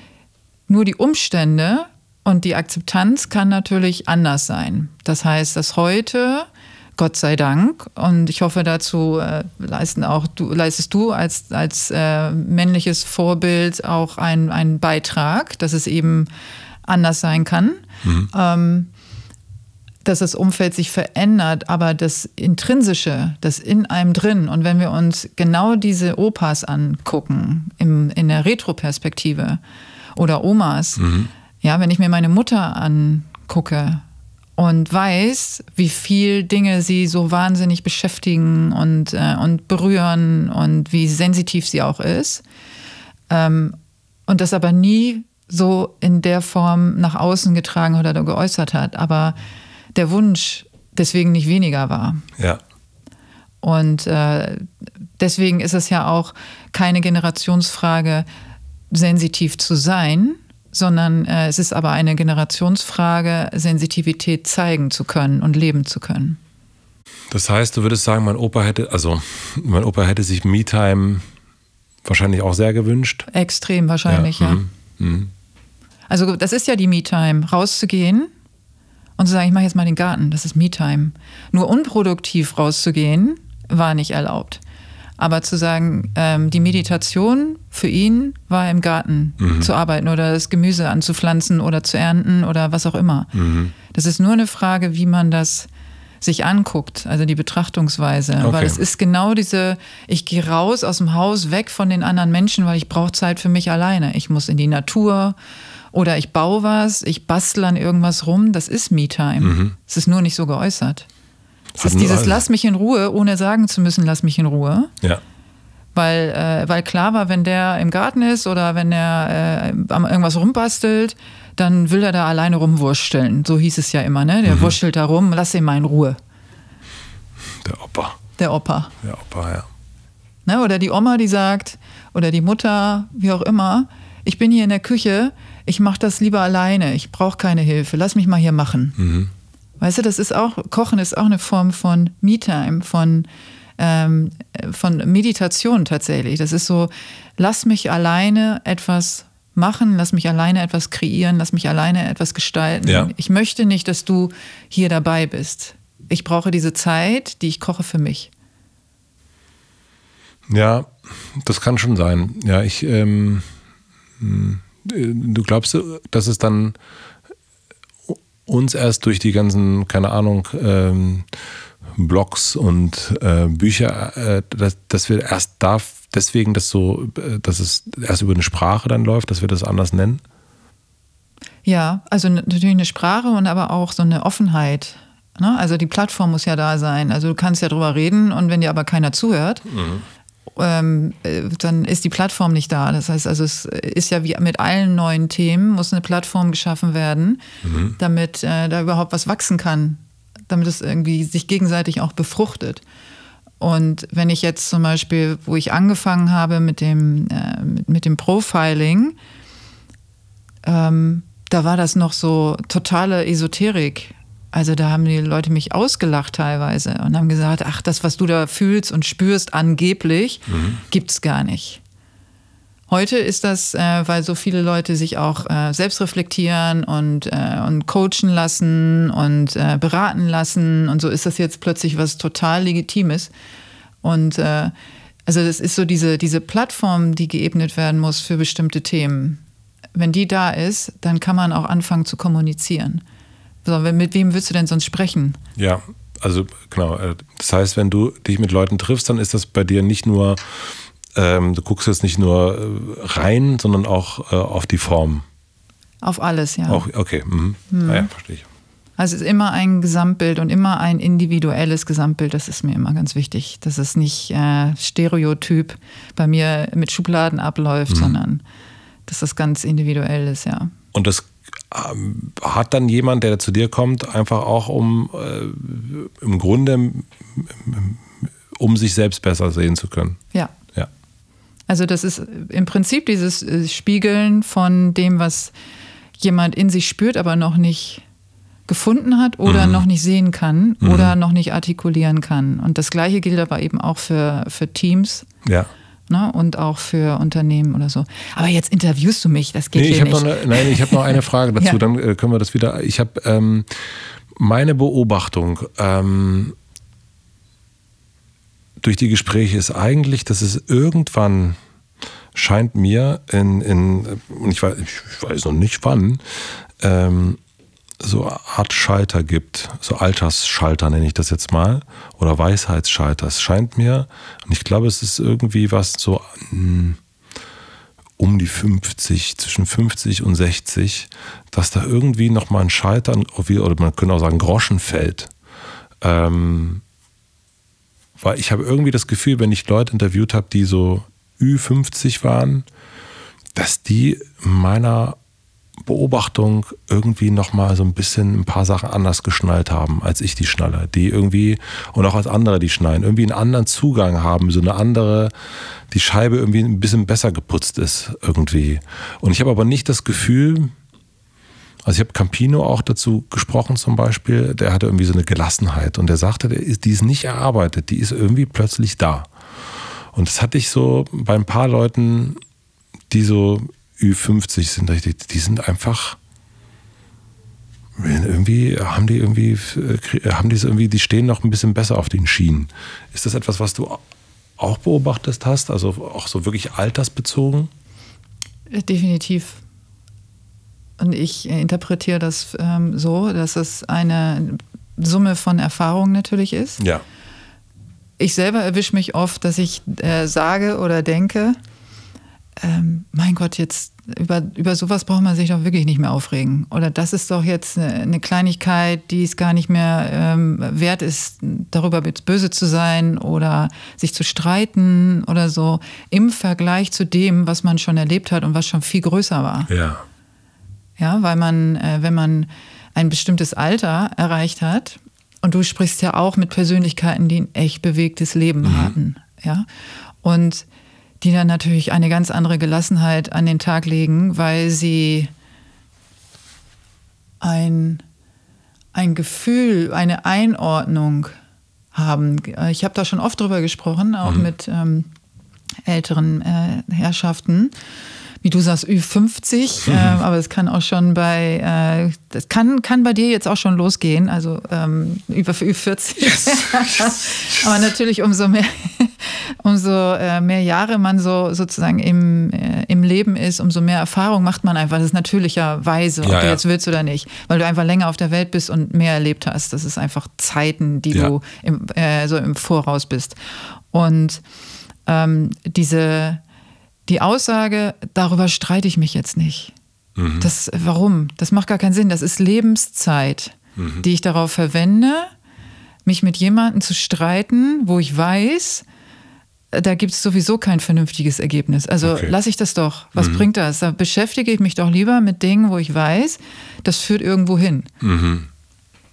[SPEAKER 2] nur die Umstände und die Akzeptanz kann natürlich anders sein. Das heißt, dass heute, Gott sei Dank, und ich hoffe, dazu äh, leisten auch du, leistest du als, als äh, männliches Vorbild auch einen, einen Beitrag, dass es eben anders sein kann, mhm. ähm, dass das Umfeld sich verändert, aber das Intrinsische, das in einem drin, und wenn wir uns genau diese Opas angucken, im, in der Retroperspektive oder Omas, mhm. ja, wenn ich mir meine Mutter angucke, und weiß, wie viel Dinge sie so wahnsinnig beschäftigen und, äh, und berühren und wie sensitiv sie auch ist. Ähm, und das aber nie so in der Form nach außen getragen oder geäußert hat. Aber der Wunsch deswegen nicht weniger war.
[SPEAKER 1] Ja.
[SPEAKER 2] Und äh, deswegen ist es ja auch keine Generationsfrage, sensitiv zu sein, sondern äh, es ist aber eine Generationsfrage, Sensitivität zeigen zu können und leben zu können.
[SPEAKER 1] Das heißt, du würdest sagen, mein Opa hätte, also mein Opa hätte sich Me-Time wahrscheinlich auch sehr gewünscht?
[SPEAKER 2] Extrem wahrscheinlich, ja. ja. Mhm. Mhm. Also das ist ja die Me-Time, rauszugehen und zu sagen, ich mache jetzt mal den Garten, das ist Me-Time. Nur unproduktiv rauszugehen, war nicht erlaubt. Aber zu sagen, ähm, die Meditation für ihn war im Garten mhm. zu arbeiten oder das Gemüse anzupflanzen oder zu ernten oder was auch immer. Mhm. Das ist nur eine Frage, wie man das sich anguckt, also die Betrachtungsweise. Okay. Weil es ist genau diese, ich gehe raus aus dem Haus, weg von den anderen Menschen, weil ich brauche Zeit für mich alleine. Ich muss in die Natur oder ich baue was, ich bastle an irgendwas rum. Das ist Me-Time. Mhm. Es ist nur nicht so geäußert. Es ist dieses alles. Lass mich in Ruhe, ohne sagen zu müssen, lass mich in Ruhe.
[SPEAKER 1] Ja.
[SPEAKER 2] Weil, äh, weil klar war, wenn der im Garten ist oder wenn er äh, am irgendwas rumbastelt, dann will er da alleine rumwursteln. So hieß es ja immer, ne? Der mhm. wurschtelt da rum, lass ihn mal in Ruhe.
[SPEAKER 1] Der Opa.
[SPEAKER 2] Der Opa.
[SPEAKER 1] Der Opa, ja.
[SPEAKER 2] Ne? Oder die Oma, die sagt, oder die Mutter, wie auch immer, ich bin hier in der Küche, ich mache das lieber alleine, ich brauche keine Hilfe, lass mich mal hier machen. Mhm. Weißt du, das ist auch, Kochen ist auch eine Form von Me-Time, von, ähm, von Meditation tatsächlich. Das ist so, lass mich alleine etwas machen, lass mich alleine etwas kreieren, lass mich alleine etwas gestalten.
[SPEAKER 1] Ja.
[SPEAKER 2] Ich möchte nicht, dass du hier dabei bist. Ich brauche diese Zeit, die ich koche für mich.
[SPEAKER 1] Ja, das kann schon sein. Ja, ich, ähm, du glaubst, dass es dann uns erst durch die ganzen, keine Ahnung, ähm, Blogs und äh, Bücher, äh, dass, dass wir erst da deswegen das so, dass es erst über eine Sprache dann läuft, dass wir das anders nennen?
[SPEAKER 2] Ja, also natürlich eine Sprache und aber auch so eine Offenheit. Ne? Also die Plattform muss ja da sein. Also du kannst ja drüber reden und wenn dir aber keiner zuhört, mhm. ähm, dann ist die Plattform nicht da. Das heißt, also es ist ja wie mit allen neuen Themen, muss eine Plattform geschaffen werden, mhm. damit äh, da überhaupt was wachsen kann, damit es irgendwie sich gegenseitig auch befruchtet. Und wenn ich jetzt zum Beispiel, wo ich angefangen habe mit dem, äh, mit, mit dem Profiling, ähm, da war das noch so totale Esoterik. Also da haben die Leute mich ausgelacht teilweise und haben gesagt, ach, das, was du da fühlst und spürst angeblich, mhm. gibt's gar nicht. Heute ist das, äh, weil so viele Leute sich auch äh, selbst reflektieren und, äh, und coachen lassen und äh, beraten lassen und so ist das jetzt plötzlich was total Legitimes. Und äh, also das ist so diese, diese Plattform, die geebnet werden muss für bestimmte Themen. Wenn die da ist, dann kann man auch anfangen zu kommunizieren. So, mit wem willst du denn sonst sprechen?
[SPEAKER 1] Ja, also genau. Das heißt, wenn du dich mit Leuten triffst, dann ist das bei dir nicht nur, ähm, du guckst jetzt nicht nur rein, sondern auch äh, auf die Form.
[SPEAKER 2] Auf alles, ja.
[SPEAKER 1] Auch, okay, mhm. Mhm. Ah ja, verstehe ich.
[SPEAKER 2] Also es ist immer ein Gesamtbild und immer ein individuelles Gesamtbild, das ist mir immer ganz wichtig. Dass es nicht äh, Stereotyp bei mir mit Schubladen abläuft, mhm. sondern dass das ganz individuell ist, ja.
[SPEAKER 1] Und das ähm, hat dann jemand, der zu dir kommt, einfach auch um äh, im Grunde um sich selbst besser sehen zu können?
[SPEAKER 2] Ja.
[SPEAKER 1] Ja.
[SPEAKER 2] Also das ist im Prinzip dieses Spiegeln von dem, was jemand in sich spürt, aber noch nicht gefunden hat oder mhm. noch nicht sehen kann mhm. oder noch nicht artikulieren kann. Und das Gleiche gilt aber eben auch für, für Teams.
[SPEAKER 1] Ja.
[SPEAKER 2] Ne, und auch für Unternehmen oder so. Aber jetzt interviewst du mich, das geht
[SPEAKER 1] nee,
[SPEAKER 2] hier
[SPEAKER 1] ich
[SPEAKER 2] nicht.
[SPEAKER 1] Noch eine, nein, ich habe noch eine Frage dazu, ja. Dann äh, können wir das wieder. Ich habe ähm, meine Beobachtung ähm, durch die Gespräche ist eigentlich, dass es irgendwann scheint mir in, in ich, weiß, ich weiß noch nicht wann, ähm, so eine Art Schalter gibt, so Altersschalter nenne ich das jetzt mal, oder Weisheitsschalter. Es scheint mir, und ich glaube, es ist irgendwie was so mh, um die fünfzig, zwischen fünfzig und sechzig, dass da irgendwie nochmal ein Schalter, oder man könnte auch sagen Groschen fällt. Ähm, weil ich habe irgendwie das Gefühl, wenn ich Leute interviewt habe, die so Ü fünfzig waren, dass die meiner Beobachtung irgendwie nochmal so ein bisschen ein paar Sachen anders geschnallt haben, als ich die schnalle. Die irgendwie, und auch als andere die schnallen, irgendwie einen anderen Zugang haben, so eine andere, die Scheibe irgendwie ein bisschen besser geputzt ist irgendwie. Und ich habe aber nicht das Gefühl, also ich habe Campino auch dazu gesprochen zum Beispiel, der hatte irgendwie so eine Gelassenheit und der sagte, der ist, die ist nicht erarbeitet, die ist irgendwie plötzlich da. Und das hatte ich so bei ein paar Leuten, die so Ü fünfzig sind, richtig, die sind einfach irgendwie, haben die irgendwie, haben die irgendwie, die stehen noch ein bisschen besser auf den Schienen. Ist das etwas, was du auch beobachtet hast, also auch so wirklich altersbezogen?
[SPEAKER 2] Definitiv. Und ich interpretiere das ähm, so, dass es eine Summe von Erfahrungen natürlich ist.
[SPEAKER 1] Ja.
[SPEAKER 2] Ich selber erwische mich oft, dass ich äh, sage oder denke, ähm, mein Gott, jetzt über, über sowas braucht man sich doch wirklich nicht mehr aufregen. Oder das ist doch jetzt eine, eine Kleinigkeit, die es gar nicht mehr ähm, wert ist, darüber böse zu sein oder sich zu streiten oder so, im Vergleich zu dem, was man schon erlebt hat und was schon viel größer war.
[SPEAKER 1] Ja.
[SPEAKER 2] Ja, weil man, äh, wenn man ein bestimmtes Alter erreicht hat, und du sprichst ja auch mit Persönlichkeiten, die ein echt bewegtes Leben mhm. hatten, ja, und die dann natürlich eine ganz andere Gelassenheit an den Tag legen, weil sie ein, ein Gefühl, eine Einordnung haben. Ich habe da schon oft drüber gesprochen, auch mhm. mit ähm, älteren äh, Herrschaften, wie du sagst, Ü fünfzig, mhm. äh, aber es kann auch schon bei, äh, das kann, kann bei dir jetzt auch schon losgehen, also ähm, über Ü vierzig. Yes. Aber natürlich umso mehr, umso äh, mehr Jahre man so sozusagen im, äh, im Leben ist, umso mehr Erfahrung macht man einfach. Das ist natürlicherweise, ob ja, du ja. jetzt willst oder nicht, weil du einfach länger auf der Welt bist und mehr erlebt hast. Das ist einfach Zeiten, die ja. du im, äh, so im Voraus bist. Und ähm, diese Die Aussage, darüber streite ich mich jetzt nicht. Mhm. Das, warum? Das macht gar keinen Sinn. Das ist Lebenszeit, mhm. die ich darauf verwende, mich mit jemandem zu streiten, wo ich weiß, da gibt es sowieso kein vernünftiges Ergebnis. Also okay. lasse ich das doch. Was mhm. bringt das? Da beschäftige ich mich doch lieber mit Dingen, wo ich weiß, das führt irgendwo hin. Mhm.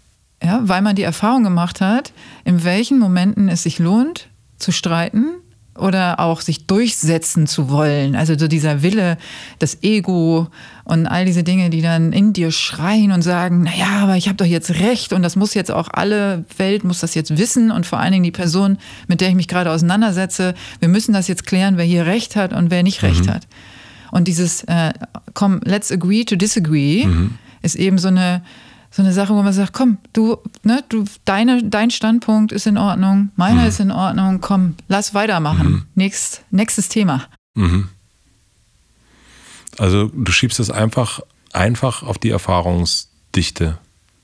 [SPEAKER 2] Ja, weil man die Erfahrung gemacht hat, in welchen Momenten es sich lohnt, zu streiten, oder auch sich durchsetzen zu wollen. Also so dieser Wille, das Ego und all diese Dinge, die dann in dir schreien und sagen, naja, aber ich habe doch jetzt recht und das muss jetzt auch alle Welt muss das jetzt wissen und vor allen Dingen die Person, mit der ich mich gerade auseinandersetze, wir müssen das jetzt klären, wer hier recht hat und wer nicht recht mhm. hat. Und dieses, äh, komm, let's agree to disagree, mhm. ist eben so eine So eine Sache, wo man sagt, komm, du, ne, du, deine, dein Standpunkt ist in Ordnung, meiner mhm. ist in Ordnung, komm, lass weitermachen. Mhm. Nächst, nächstes Thema.
[SPEAKER 1] Mhm. Also du schiebst es einfach, einfach auf die Erfahrungsdichte.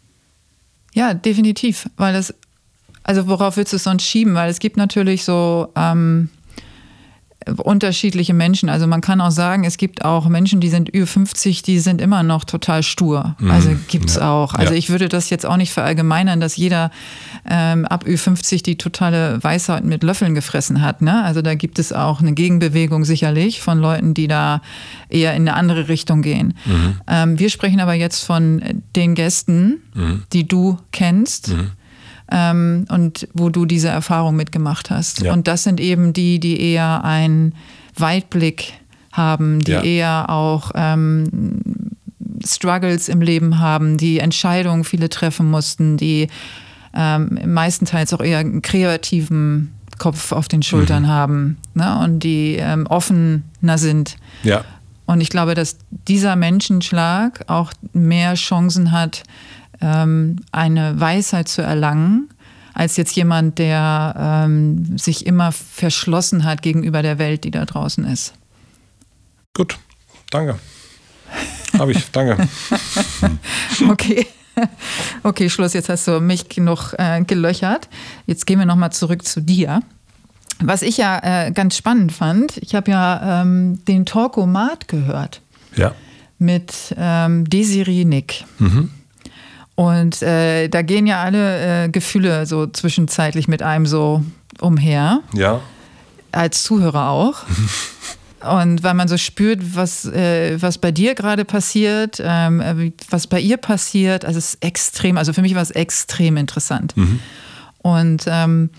[SPEAKER 2] Ja, definitiv. Weil das, also worauf willst du es sonst schieben? Weil es gibt natürlich so ähm, unterschiedliche Menschen. Also man kann auch sagen, es gibt auch Menschen, die sind über fünfzig, die sind immer noch total stur. Mhm. Also gibt's ja. auch. Also ja. ich würde das jetzt auch nicht verallgemeinern, dass jeder ähm, ab Ü fünfzig die totale Weisheit mit Löffeln gefressen hat. Ne? Also da gibt es auch eine Gegenbewegung sicherlich von Leuten, die da eher in eine andere Richtung gehen. Mhm. Ähm, wir sprechen aber jetzt von den Gästen, mhm. die du kennst. Mhm. Ähm, und wo du diese Erfahrung mitgemacht hast. Ja. Und das sind eben die, die eher einen Weitblick haben, die ja. eher auch ähm, Struggles im Leben haben, die Entscheidungen viele treffen mussten, die ähm, meistenteils auch eher einen kreativen Kopf auf den Schultern mhm. haben, ne? Und die ähm, offener sind.
[SPEAKER 1] Ja.
[SPEAKER 2] Und ich glaube, dass dieser Menschenschlag auch mehr Chancen hat, eine Weisheit zu erlangen, als jetzt jemand, der ähm, sich immer verschlossen hat gegenüber der Welt, die da draußen ist.
[SPEAKER 1] Gut, danke. Habe ich, danke.
[SPEAKER 2] Okay. Okay, Schluss, jetzt hast du mich genug äh, gelöchert. Jetzt gehen wir nochmal zurück zu dir. Was ich ja äh, ganz spannend fand, ich habe ja ähm, den Talkomat gehört.
[SPEAKER 1] Ja.
[SPEAKER 2] Mit ähm, Desiree Nick. Mhm. Und äh, da gehen ja alle äh, Gefühle so zwischenzeitlich mit einem so umher.
[SPEAKER 1] Ja.
[SPEAKER 2] Als Zuhörer auch. Und weil man so spürt, was, äh, was bei dir gerade passiert, ähm, was bei ihr passiert, also es ist extrem, also für mich war es extrem interessant. Mhm. Und ähm,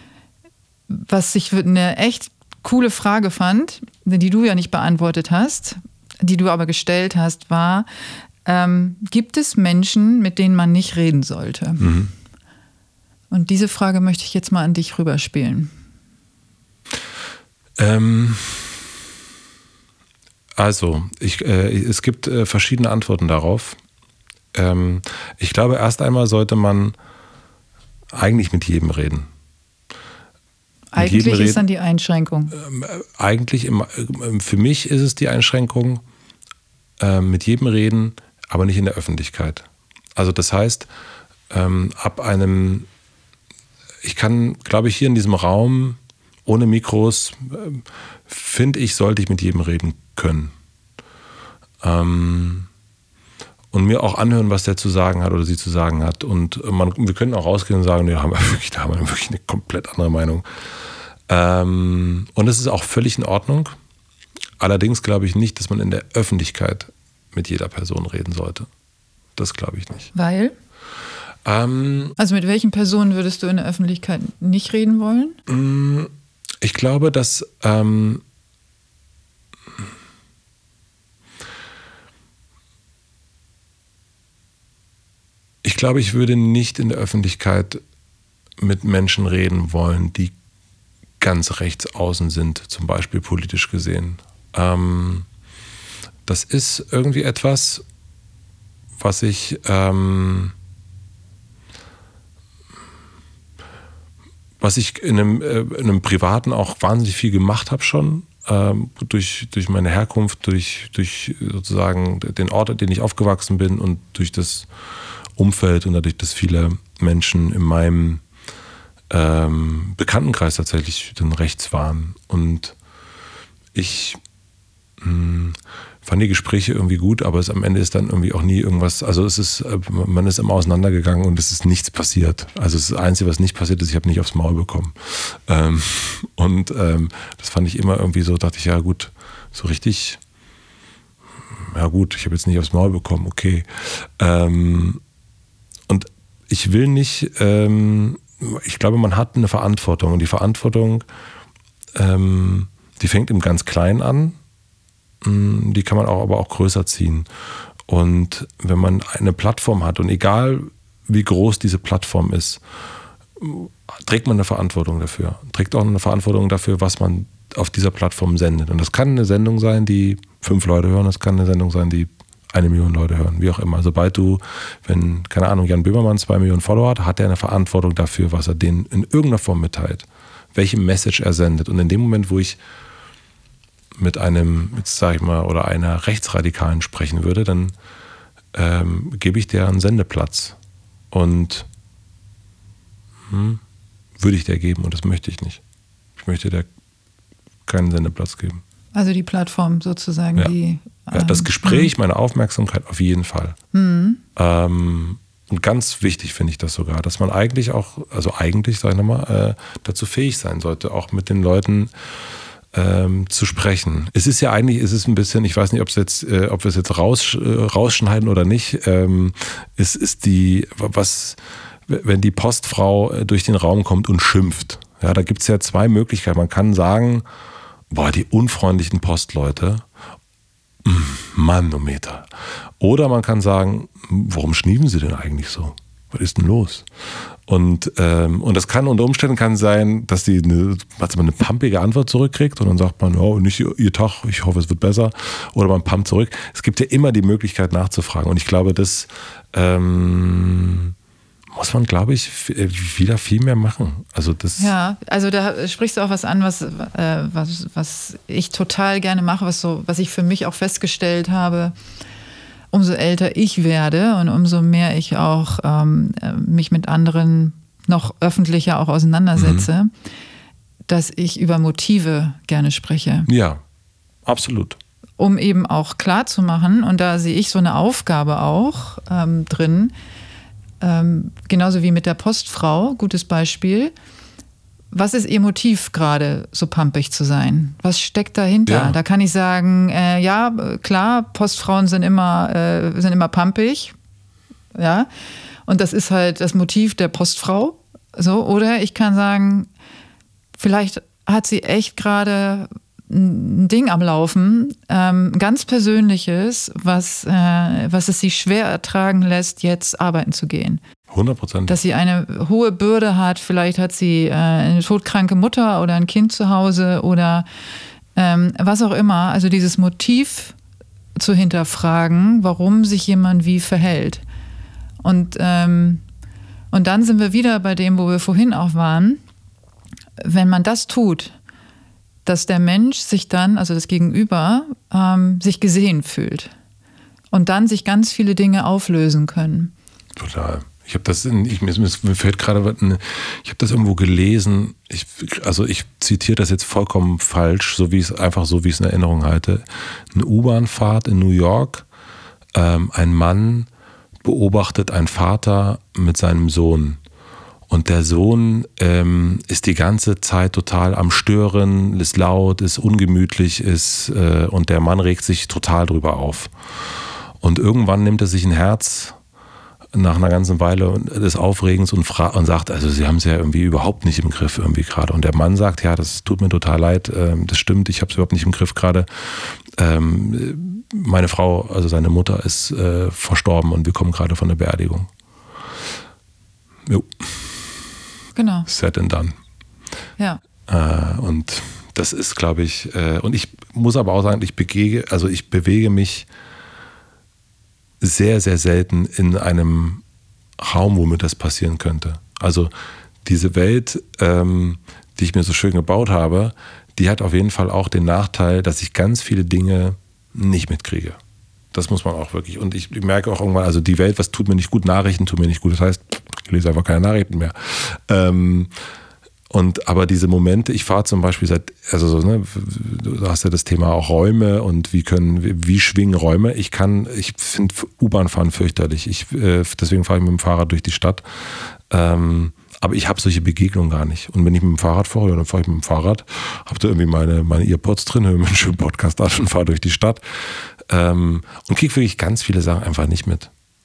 [SPEAKER 2] was ich eine echt coole Frage fand, die du ja nicht beantwortet hast, die du aber gestellt hast, war, Ähm, gibt es Menschen, mit denen man nicht reden sollte? Mhm. Und diese Frage möchte ich jetzt mal an dich rüberspielen.
[SPEAKER 1] Ähm, also, ich, äh, es gibt äh, verschiedene Antworten darauf. Ähm, ich glaube, erst einmal sollte man eigentlich mit jedem reden.
[SPEAKER 2] Eigentlich ist dann die Einschränkung.
[SPEAKER 1] Ähm, eigentlich, im, für mich ist es die Einschränkung, äh, mit jedem reden, aber nicht in der Öffentlichkeit. Also das heißt, ähm, ab einem, ich kann, glaube ich, hier in diesem Raum ohne Mikros, äh, finde ich, sollte ich mit jedem reden können. Ähm, und mir auch anhören, was der zu sagen hat oder sie zu sagen hat. Und man, wir können auch rausgehen und sagen, nee, da haben wir wirklich, da haben wir wirklich eine komplett andere Meinung. Ähm, und das ist auch völlig in Ordnung. Allerdings glaube ich nicht, dass man in der Öffentlichkeit mit jeder Person reden sollte. Das glaube ich nicht.
[SPEAKER 2] Weil?
[SPEAKER 1] Ähm,
[SPEAKER 2] also mit welchen Personen würdest du in der Öffentlichkeit nicht reden wollen?
[SPEAKER 1] Ich glaube, dass ähm, ich glaube, ich würde nicht in der Öffentlichkeit mit Menschen reden wollen, die ganz rechts außen sind, zum Beispiel politisch gesehen. Ähm, Das ist irgendwie etwas, was ich ähm, was ich in einem, äh, in einem Privaten auch wahnsinnig viel gemacht habe schon, ähm, durch, durch meine Herkunft, durch, durch sozusagen den Ort, an dem ich aufgewachsen bin und durch das Umfeld und dadurch, dass viele Menschen in meinem ähm, Bekanntenkreis tatsächlich dann rechts waren. Und ich mh, fand die Gespräche irgendwie gut, aber es am Ende ist dann irgendwie auch nie irgendwas, also es ist, man ist immer auseinandergegangen und es ist nichts passiert. Also das Einzige, was nicht passiert ist, ich habe nicht aufs Maul bekommen. Ähm, und ähm, das fand ich immer irgendwie so, dachte ich, ja gut, so richtig, ja gut, ich habe jetzt nicht aufs Maul bekommen, okay. Ähm, und ich will nicht, ähm, ich glaube, man hat eine Verantwortung und die Verantwortung ähm, die fängt im ganz Kleinen an, die kann man auch aber auch größer ziehen. Und wenn man eine Plattform hat und egal wie groß diese Plattform ist, trägt man eine Verantwortung dafür. Trägt auch eine Verantwortung dafür, was man auf dieser Plattform sendet. Und das kann eine Sendung sein, die fünf Leute hören, das kann eine Sendung sein, die eine Million Leute hören, wie auch immer. Sobald du, wenn, keine Ahnung, Jan Böhmermann zwei Millionen Follower hat, hat er eine Verantwortung dafür, was er denen in irgendeiner Form mitteilt. Welche Message er sendet. Und in dem Moment, wo ich mit einem, jetzt sage ich mal, oder einer Rechtsradikalen sprechen würde, dann ähm, gebe ich der einen Sendeplatz. Und hm, würde ich der geben. Und das möchte ich nicht. Ich möchte der keinen Sendeplatz geben.
[SPEAKER 2] Also die Plattform sozusagen,
[SPEAKER 1] ja.
[SPEAKER 2] die...
[SPEAKER 1] Ja, das Gespräch, meine Aufmerksamkeit auf jeden Fall. Mhm. Ähm, und ganz wichtig finde ich das sogar, dass man eigentlich auch, also eigentlich, sag ich nochmal, äh, dazu fähig sein sollte, auch mit den Leuten ähm, zu sprechen. Es ist ja eigentlich, es ist ein bisschen, ich weiß nicht, ob es jetzt, äh, ob wir es jetzt raus, äh, rausschneiden oder nicht, ähm, es ist die, was, wenn die Postfrau durch den Raum kommt und schimpft. Ja, da gibt es ja zwei Möglichkeiten. Man kann sagen, boah, die unfreundlichen Postleute, Manometer. Oder man kann sagen, warum schniefen sie denn eigentlich so? Was ist denn los? Und, ähm, und das kann unter Umständen kann sein, dass die eine, also eine pumpige Antwort zurückkriegt und dann sagt man, oh, nicht ihr Tag, ich hoffe, es wird besser. Oder man pumpt zurück. Es gibt ja immer die Möglichkeit nachzufragen. Und ich glaube, das ähm, muss man, glaube ich, wieder viel mehr machen. Also das
[SPEAKER 2] ja, also da sprichst du auch was an, was, äh, was, was ich total gerne mache, was, so, was ich für mich auch festgestellt habe. Umso älter ich werde und umso mehr ich auch ähm, mich mit anderen noch öffentlicher auch auseinandersetze, mhm. dass ich über Motive gerne spreche.
[SPEAKER 1] Ja, absolut.
[SPEAKER 2] Um eben auch klarzumachen, und da sehe ich so eine Aufgabe auch ähm, drin, ähm, genauso wie mit der Postfrau, gutes Beispiel. Was ist ihr Motiv gerade, so pampig zu sein? Was steckt dahinter? Ja. Da kann ich sagen, äh, ja, klar, Postfrauen sind immer, äh, sind immer pampig. Ja. Und das ist halt das Motiv der Postfrau. So, oder ich kann sagen, vielleicht hat sie echt gerade ein Ding am Laufen, ähm, ganz Persönliches, was, äh, was es sie schwer ertragen lässt, jetzt arbeiten zu gehen.
[SPEAKER 1] hundert Prozent.
[SPEAKER 2] Dass sie eine hohe Bürde hat, vielleicht hat sie äh, eine todkranke Mutter oder ein Kind zu Hause oder ähm, was auch immer. Also dieses Motiv zu hinterfragen, warum sich jemand wie verhält. Und, ähm, und dann sind wir wieder bei dem, wo wir vorhin auch waren. Wenn man das tut, dass der Mensch sich dann, also das Gegenüber, ähm, sich gesehen fühlt und dann sich ganz viele Dinge auflösen können.
[SPEAKER 1] Total. Ich habe das, in, ich, mir, mir fällt gerade, ich habe das irgendwo gelesen, ich, also ich zitiere das jetzt vollkommen falsch, so wie es einfach so, wie ich es in Erinnerung halte. Eine U-Bahn-Fahrt in New York, ähm, ein Mann beobachtet einen Vater mit seinem Sohn. Und der Sohn ähm, ist die ganze Zeit total am Stören, ist laut, ist ungemütlich, ist äh, und der Mann regt sich total drüber auf. Und irgendwann nimmt er sich ein Herz nach einer ganzen Weile des Aufregens und, fra- und sagt, also sie haben es ja irgendwie überhaupt nicht im Griff irgendwie gerade. Und der Mann sagt, ja, das tut mir total leid, ähm, das stimmt, ich habe es überhaupt nicht im Griff gerade. Ähm, meine Frau, also seine Mutter, ist äh, verstorben und wir kommen gerade von der Beerdigung. Jo.
[SPEAKER 2] Genau.
[SPEAKER 1] Said and done.
[SPEAKER 2] Ja.
[SPEAKER 1] Äh, und das ist, glaube ich, äh, und ich muss aber auch sagen, ich begege, also ich bewege mich sehr, sehr selten in einem Raum, wo mir das passieren könnte. Also diese Welt, ähm, die ich mir so schön gebaut habe, die hat auf jeden Fall auch den Nachteil, dass ich ganz viele Dinge nicht mitkriege. Das muss man auch wirklich. Und ich merke auch irgendwann, also die Welt, was tut mir nicht gut, Nachrichten tun mir nicht gut. Das heißt, ich lese einfach keine Nachrichten mehr. Ähm, und aber diese Momente, ich fahre zum Beispiel seit, also so, ne, du hast ja das Thema auch Räume und wie können, wie schwingen Räume. Ich kann, ich finde U-Bahn fahren fürchterlich. Ich, äh, deswegen fahre ich mit dem Fahrrad durch die Stadt. Ähm, aber ich habe solche Begegnungen gar nicht. Und wenn ich mit dem Fahrrad fahre, dann fahre ich mit dem Fahrrad, habe da irgendwie meine, meine Earpods drin, höre mir einen schönen Podcast an und fahre durch die Stadt. Ähm, und kriege wirklich ganz viele Sachen einfach nicht mit.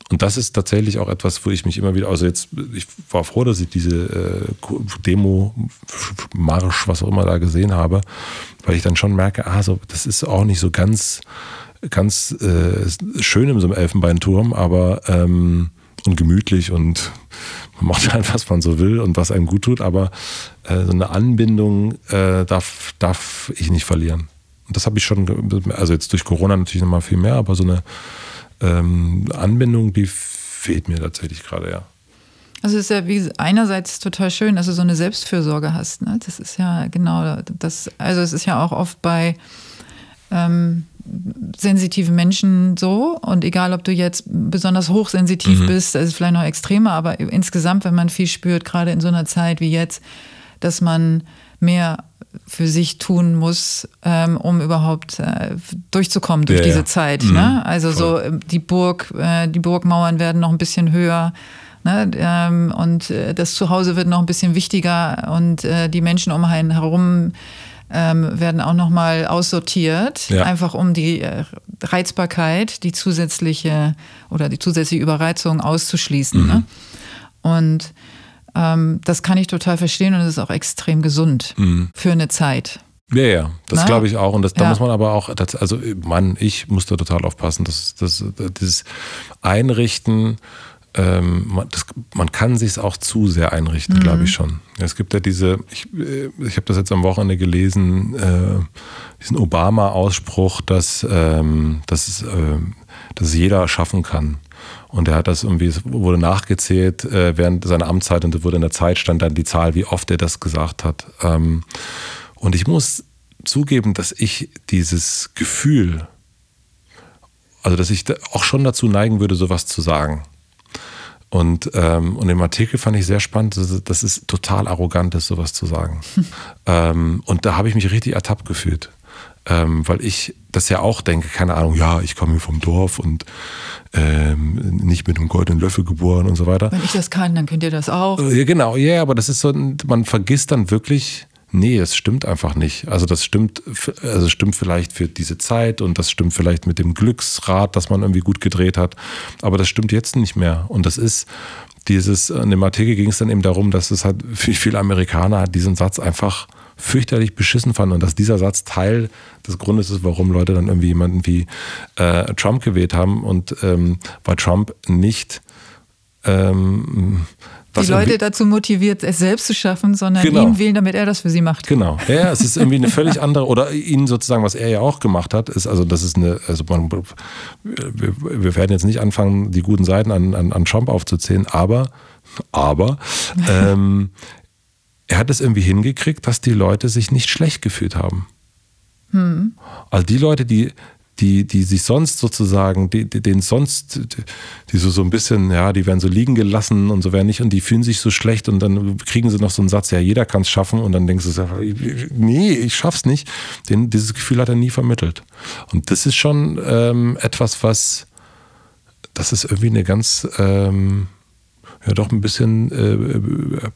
[SPEAKER 1] Und das ist tatsächlich auch etwas, wo ich mich immer wieder, also jetzt, ich war froh, dass ich diese äh, Demo, Marsch, was auch immer da gesehen habe, weil ich dann schon merke, ah, so, das ist auch nicht so ganz, ganz äh, schön in so einem Elfenbeinturm, aber ähm, und gemütlich und man macht halt, was man so will und was einem gut tut, aber äh, so eine Anbindung äh, darf, darf ich nicht verlieren. Und das habe ich schon, also jetzt durch Corona natürlich nochmal viel mehr, aber so eine ähm, Anbindung, die fehlt mir tatsächlich gerade, ja.
[SPEAKER 2] Also es ist ja wie einerseits total schön, dass du so eine Selbstfürsorge hast. Ne? Das ist ja genau das, also es ist ja auch oft bei ähm, sensitiven Menschen so, und egal, ob du jetzt besonders hochsensitiv mhm. bist, das ist vielleicht noch extremer, aber insgesamt, wenn man viel spürt, gerade in so einer Zeit wie jetzt, dass man mehr für sich tun muss, ähm, um überhaupt äh, durchzukommen durch ja, diese ja. Zeit. Mhm. Ne? Also Voll. so die Burg, äh, die Burgmauern werden noch ein bisschen höher. Ne? Ähm, und äh, das Zuhause wird noch ein bisschen wichtiger, und äh, die Menschen um einen herum ähm, werden auch noch mal aussortiert, ja. einfach um die äh, Reizbarkeit, die zusätzliche oder die zusätzliche Überreizung auszuschließen. Mhm. Ne? Und ähm, das kann ich total verstehen, und es ist auch extrem gesund mhm. für eine Zeit.
[SPEAKER 1] Ja, ja, das glaube ich auch. Und das, da ja. muss man aber auch, das, also Mann, ich muss da total aufpassen. Das, das, dieses Einrichten, ähm, man, das, man kann sich es auch zu sehr einrichten, mhm. glaube ich schon. Es gibt ja diese, ich, ich habe das jetzt am Wochenende gelesen, äh, diesen Obama-Ausspruch, dass, ähm, dass, äh, dass jeder schaffen kann. Und er hat das irgendwie, es wurde nachgezählt äh, während seiner Amtszeit, und es wurde in der Zeit, stand dann die Zahl, wie oft er das gesagt hat. Ähm, und ich muss zugeben, dass ich dieses Gefühl, also dass ich da auch schon dazu neigen würde, sowas zu sagen. Und, ähm, und im Artikel fand ich sehr spannend, dass, dass es total arrogant ist, sowas zu sagen. ähm, und da habe ich mich richtig ertappt gefühlt. Ähm, weil ich das ja auch denke, keine Ahnung, ja, ich komme hier vom Dorf und ähm, nicht mit einem goldenen Löffel geboren und so weiter.
[SPEAKER 2] Wenn ich das kann, dann könnt ihr das auch.
[SPEAKER 1] Ja, genau, ja, yeah, aber das ist so, man vergisst dann wirklich, nee, es stimmt einfach nicht. Also das stimmt, also stimmt vielleicht für diese Zeit, und das stimmt vielleicht mit dem Glücksrad, das man irgendwie gut gedreht hat, aber das stimmt jetzt nicht mehr. Und das ist dieses, in dem Artikel ging es dann eben darum, dass es halt für viele Amerikaner diesen Satz einfach fürchterlich beschissen fanden, und dass dieser Satz Teil des Grundes ist, warum Leute dann irgendwie jemanden wie äh, Trump gewählt haben, und ähm, weil Trump nicht ähm,
[SPEAKER 2] die Leute dazu motiviert, es selbst zu schaffen, sondern genau. ihn wählen, damit er das für sie macht.
[SPEAKER 1] Genau. Ja, es ist irgendwie eine völlig andere, oder ihn sozusagen, was er ja auch gemacht hat, ist, also das ist eine, also man, wir, wir werden jetzt nicht anfangen, die guten Seiten an, an, an Trump aufzuzählen, aber, aber, ähm, er hat es irgendwie hingekriegt, dass die Leute sich nicht schlecht gefühlt haben. Hm. Also die Leute, die, die, die sich sonst sozusagen, die, die, denen sonst, die so, so ein bisschen, ja, die werden so liegen gelassen und so werden nicht, und die fühlen sich so schlecht, und dann kriegen sie noch so einen Satz, ja, jeder kann es schaffen, und dann denkst du, nee, ich schaff's nicht. Den, dieses Gefühl hat er nie vermittelt. Und das ist schon ähm, etwas, was, das ist irgendwie eine ganz, ähm, ja, doch ein bisschen äh,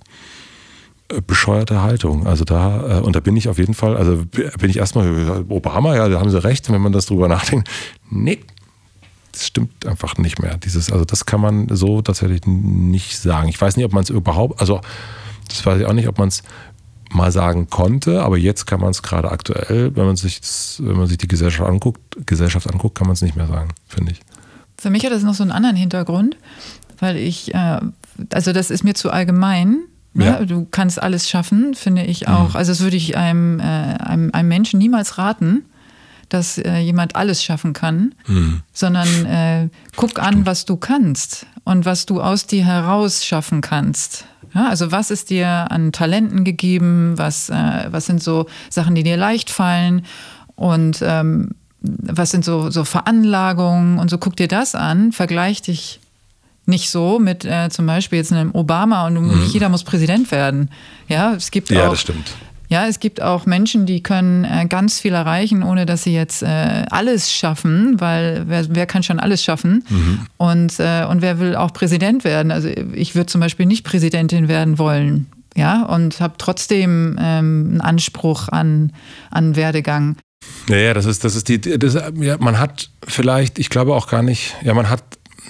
[SPEAKER 1] bescheuerte Haltung. Also da, und da bin ich auf jeden Fall, also bin ich erstmal, Obama, ja, da haben sie recht, wenn man das drüber nachdenkt. Nee, das stimmt einfach nicht mehr. Dieses, also das kann man so tatsächlich nicht sagen. Ich weiß nicht, ob man es überhaupt, also das weiß ich auch nicht, ob man es mal sagen konnte, aber jetzt kann man es gerade aktuell, wenn man sich das, wenn man sich die Gesellschaft anguckt, Gesellschaft anguckt, kann man es nicht mehr sagen, finde ich.
[SPEAKER 2] Für mich hat das noch so einen anderen Hintergrund, weil ich, äh, also das ist mir zu allgemein. Ne? Ja. Du kannst alles schaffen, finde ich auch. Mhm. Also das würde ich einem, äh, einem, einem Menschen niemals raten, dass äh, jemand alles schaffen kann, mhm. sondern äh, guck an, was du kannst und was du aus dir heraus schaffen kannst. Ja, also was ist dir an Talenten gegeben, was, äh, was sind so Sachen, die dir leicht fallen, und ähm, was sind so, so Veranlagungen, und so guck dir das an, vergleich dich nicht so mit äh, zum Beispiel jetzt einem Obama, und mhm. nicht jeder muss Präsident werden. Ja, es gibt
[SPEAKER 1] ja,
[SPEAKER 2] auch,
[SPEAKER 1] das stimmt.
[SPEAKER 2] Ja, es gibt auch Menschen, die können äh, ganz viel erreichen, ohne dass sie jetzt äh, alles schaffen, weil wer, wer kann schon alles schaffen? Mhm. Und, äh, und wer will auch Präsident werden? Also ich würde zum Beispiel nicht Präsidentin werden wollen, ja, und habe trotzdem ähm, einen Anspruch an, an Werdegang.
[SPEAKER 1] Ja, ja, das ist, das ist die, das, ja, man hat vielleicht, ich glaube auch gar nicht, ja, man hat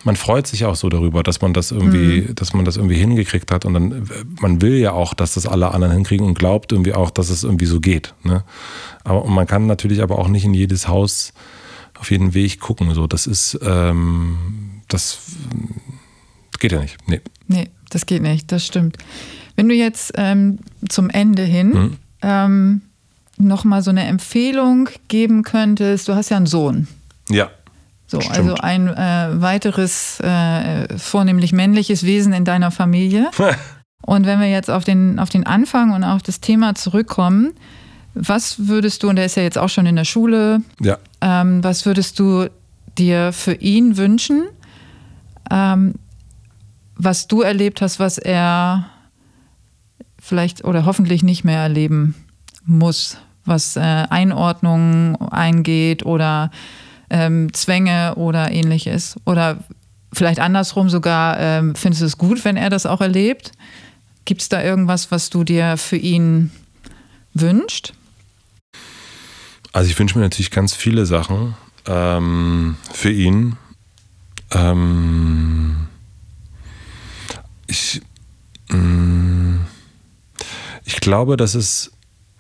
[SPEAKER 1] man freut sich auch so darüber, dass man das irgendwie, mhm. dass man das irgendwie hingekriegt hat und dann, man will ja auch, dass das alle anderen hinkriegen und glaubt irgendwie auch, dass es irgendwie so geht. Ne? Aber und man kann natürlich aber auch nicht in jedes Haus auf jeden Weg gucken. So, das ist, ähm, das geht ja nicht. Nee.
[SPEAKER 2] Nee, das geht nicht, das stimmt. Wenn du jetzt ähm, zum Ende hin mhm. ähm, nochmal so eine Empfehlung geben könntest, du hast ja einen Sohn.
[SPEAKER 1] Ja.
[SPEAKER 2] So, also ein äh, weiteres, äh, vornehmlich männliches Wesen in deiner Familie. Und wenn wir jetzt auf den, auf den Anfang und auf das Thema zurückkommen, was würdest du, und der ist ja jetzt auch schon in der Schule,
[SPEAKER 1] ja.
[SPEAKER 2] ähm, was würdest du dir für ihn wünschen, ähm, was du erlebt hast, was er vielleicht oder hoffentlich nicht mehr erleben muss, was äh, Einordnung eingeht oder ähm, Zwänge oder ähnliches? Oder vielleicht andersrum sogar, ähm, findest du es gut, wenn er das auch erlebt? Gibt es da irgendwas, was du dir für ihn wünschst?
[SPEAKER 1] Also ich wünsche mir natürlich ganz viele Sachen ähm, für ihn. Ähm, ich, mh, ich glaube, dass es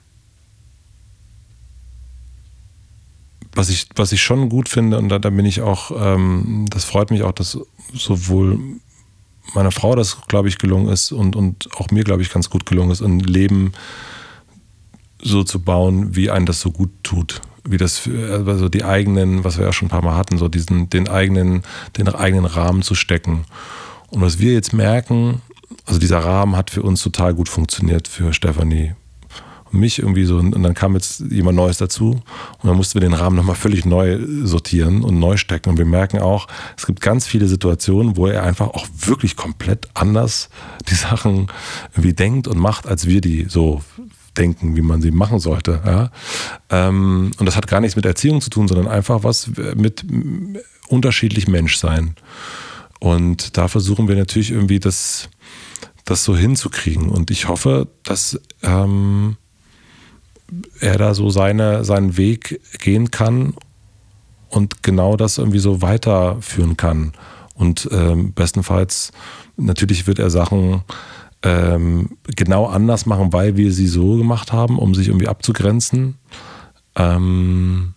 [SPEAKER 1] Was ich, was ich schon gut finde, und da, da bin ich auch, ähm, das freut mich auch, dass sowohl meiner Frau das, glaube ich, gelungen ist und, und auch mir, glaube ich, ganz gut gelungen ist, ein Leben so zu bauen, wie einen das so gut tut. Wie das für, also die eigenen, was wir ja schon ein paar Mal hatten, so diesen, den eigenen, den eigenen Rahmen zu stecken. Und was wir jetzt merken, also dieser Rahmen hat für uns total gut funktioniert, für Stefanie. Mich irgendwie so, und dann kam jetzt jemand Neues dazu und dann mussten wir den Rahmen nochmal völlig neu sortieren und neu stecken und wir merken auch, es gibt ganz viele Situationen, wo er einfach auch wirklich komplett anders die Sachen irgendwie denkt und macht, als wir die so denken, wie man sie machen sollte. Ja? Und das hat gar nichts mit Erziehung zu tun, sondern einfach was mit unterschiedlich Menschsein. Und da versuchen wir natürlich irgendwie das, das so hinzukriegen und ich hoffe, dass ähm, er da so seine, seinen Weg gehen kann und genau das irgendwie so weiterführen kann. Und ähm, bestenfalls, natürlich wird er Sachen ähm, genau anders machen, weil wir sie so gemacht haben, um sich irgendwie abzugrenzen. Ähm,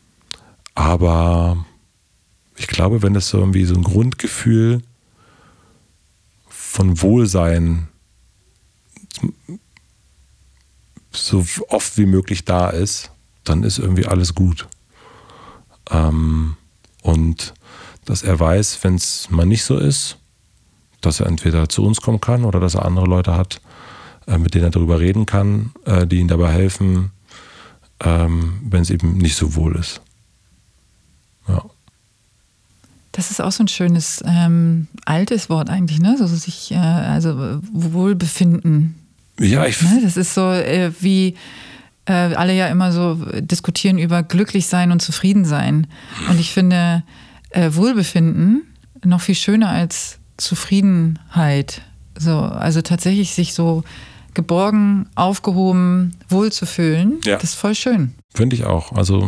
[SPEAKER 1] aber ich glaube, wenn es so irgendwie so ein Grundgefühl von Wohlsein so oft wie möglich da ist, dann ist irgendwie alles gut. Ähm, und dass er weiß, wenn es mal nicht so ist, dass er entweder zu uns kommen kann oder dass er andere Leute hat, äh, mit denen er darüber reden kann, äh, die ihm dabei helfen, ähm, wenn es eben nicht so wohl ist. Ja.
[SPEAKER 2] Das ist auch so ein schönes ähm, altes Wort eigentlich, ne? So sich, äh, also Wohlbefinden.
[SPEAKER 1] Ja, ich.
[SPEAKER 2] Ne? Das ist so äh, wie äh, alle ja immer so diskutieren über glücklich sein und zufrieden sein. Und ich finde äh, Wohlbefinden noch viel schöner als Zufriedenheit. So, also tatsächlich sich so geborgen, aufgehoben, wohl zu fühlen, ja. Das ist voll schön.
[SPEAKER 1] Finde ich auch. Also,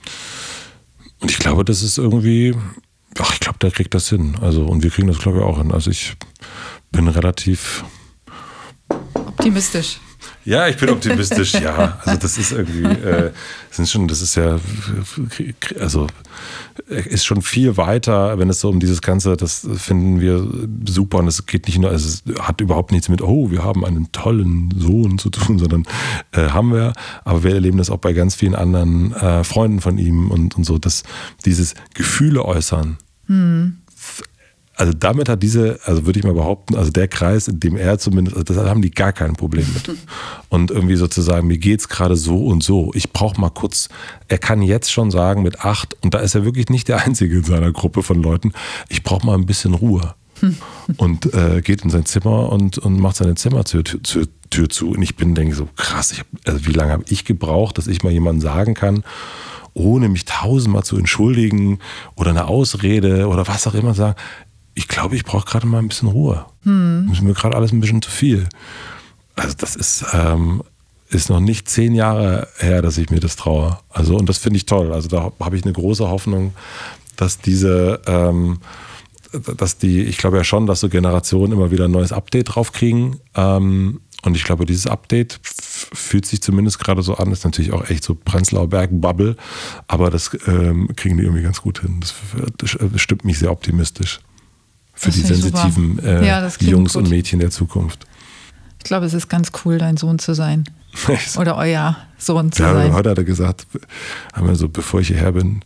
[SPEAKER 1] und ich glaube, das ist irgendwie. Ach, ich glaube, der kriegt das hin. Also, und wir kriegen das, glaube ich, auch hin. Also ich bin relativ
[SPEAKER 2] optimistisch.
[SPEAKER 1] Ja, ich bin optimistisch, ja. Also das ist irgendwie, äh, sind schon, das ist ja, also ist schon viel weiter, wenn es so um dieses Ganze, das finden wir super und es geht nicht nur, also es hat überhaupt nichts mit, oh, wir haben einen tollen Sohn zu tun, sondern äh, haben wir, aber wir erleben das auch bei ganz vielen anderen äh, Freunden von ihm und, und so, dass dieses Gefühle äußern, hm. Also damit hat diese, also würde ich mal behaupten, also der Kreis, in dem er zumindest, also da haben die gar kein Problem mit. Und irgendwie sozusagen, mir geht's gerade so und so. Ich brauche mal kurz, er kann jetzt schon sagen mit acht, und da ist er wirklich nicht der Einzige in seiner Gruppe von Leuten, ich brauche mal ein bisschen Ruhe. Und äh, geht in sein Zimmer und, und macht seine Zimmertür Tür, Tür zu. Und ich bin, denke so, krass, ich hab, also wie lange habe ich gebraucht, dass ich mal jemandem sagen kann, ohne mich tausendmal zu entschuldigen oder eine Ausrede oder was auch immer sagen, ich glaube, ich brauche gerade mal ein bisschen Ruhe. Hm. Das ist mir gerade alles ein bisschen zu viel. Also das ist, ähm, ist noch nicht zehn Jahre her, dass ich mir das traue. Also, und das finde ich toll. Also da habe ich eine große Hoffnung, dass diese, ähm, dass die, ich glaube ja schon, dass so Generationen immer wieder ein neues Update drauf kriegen. Ähm, und ich glaube, dieses Update f- fühlt sich zumindest gerade so an, ist natürlich auch echt so Prenzlauer Berg-Bubble, aber das ähm, kriegen die irgendwie ganz gut hin. Das, das stimmt mich sehr optimistisch für
[SPEAKER 2] Das
[SPEAKER 1] die
[SPEAKER 2] finde ich
[SPEAKER 1] sensitiven
[SPEAKER 2] super.
[SPEAKER 1] äh,
[SPEAKER 2] Ja, das klingt
[SPEAKER 1] Jungs
[SPEAKER 2] gut.
[SPEAKER 1] und Mädchen der Zukunft.
[SPEAKER 2] Ich glaube, es ist ganz cool, dein Sohn zu sein. Oder euer Sohn zu
[SPEAKER 1] Ja,
[SPEAKER 2] sein.
[SPEAKER 1] heute hat er gesagt, haben wir so, bevor ich hierher bin,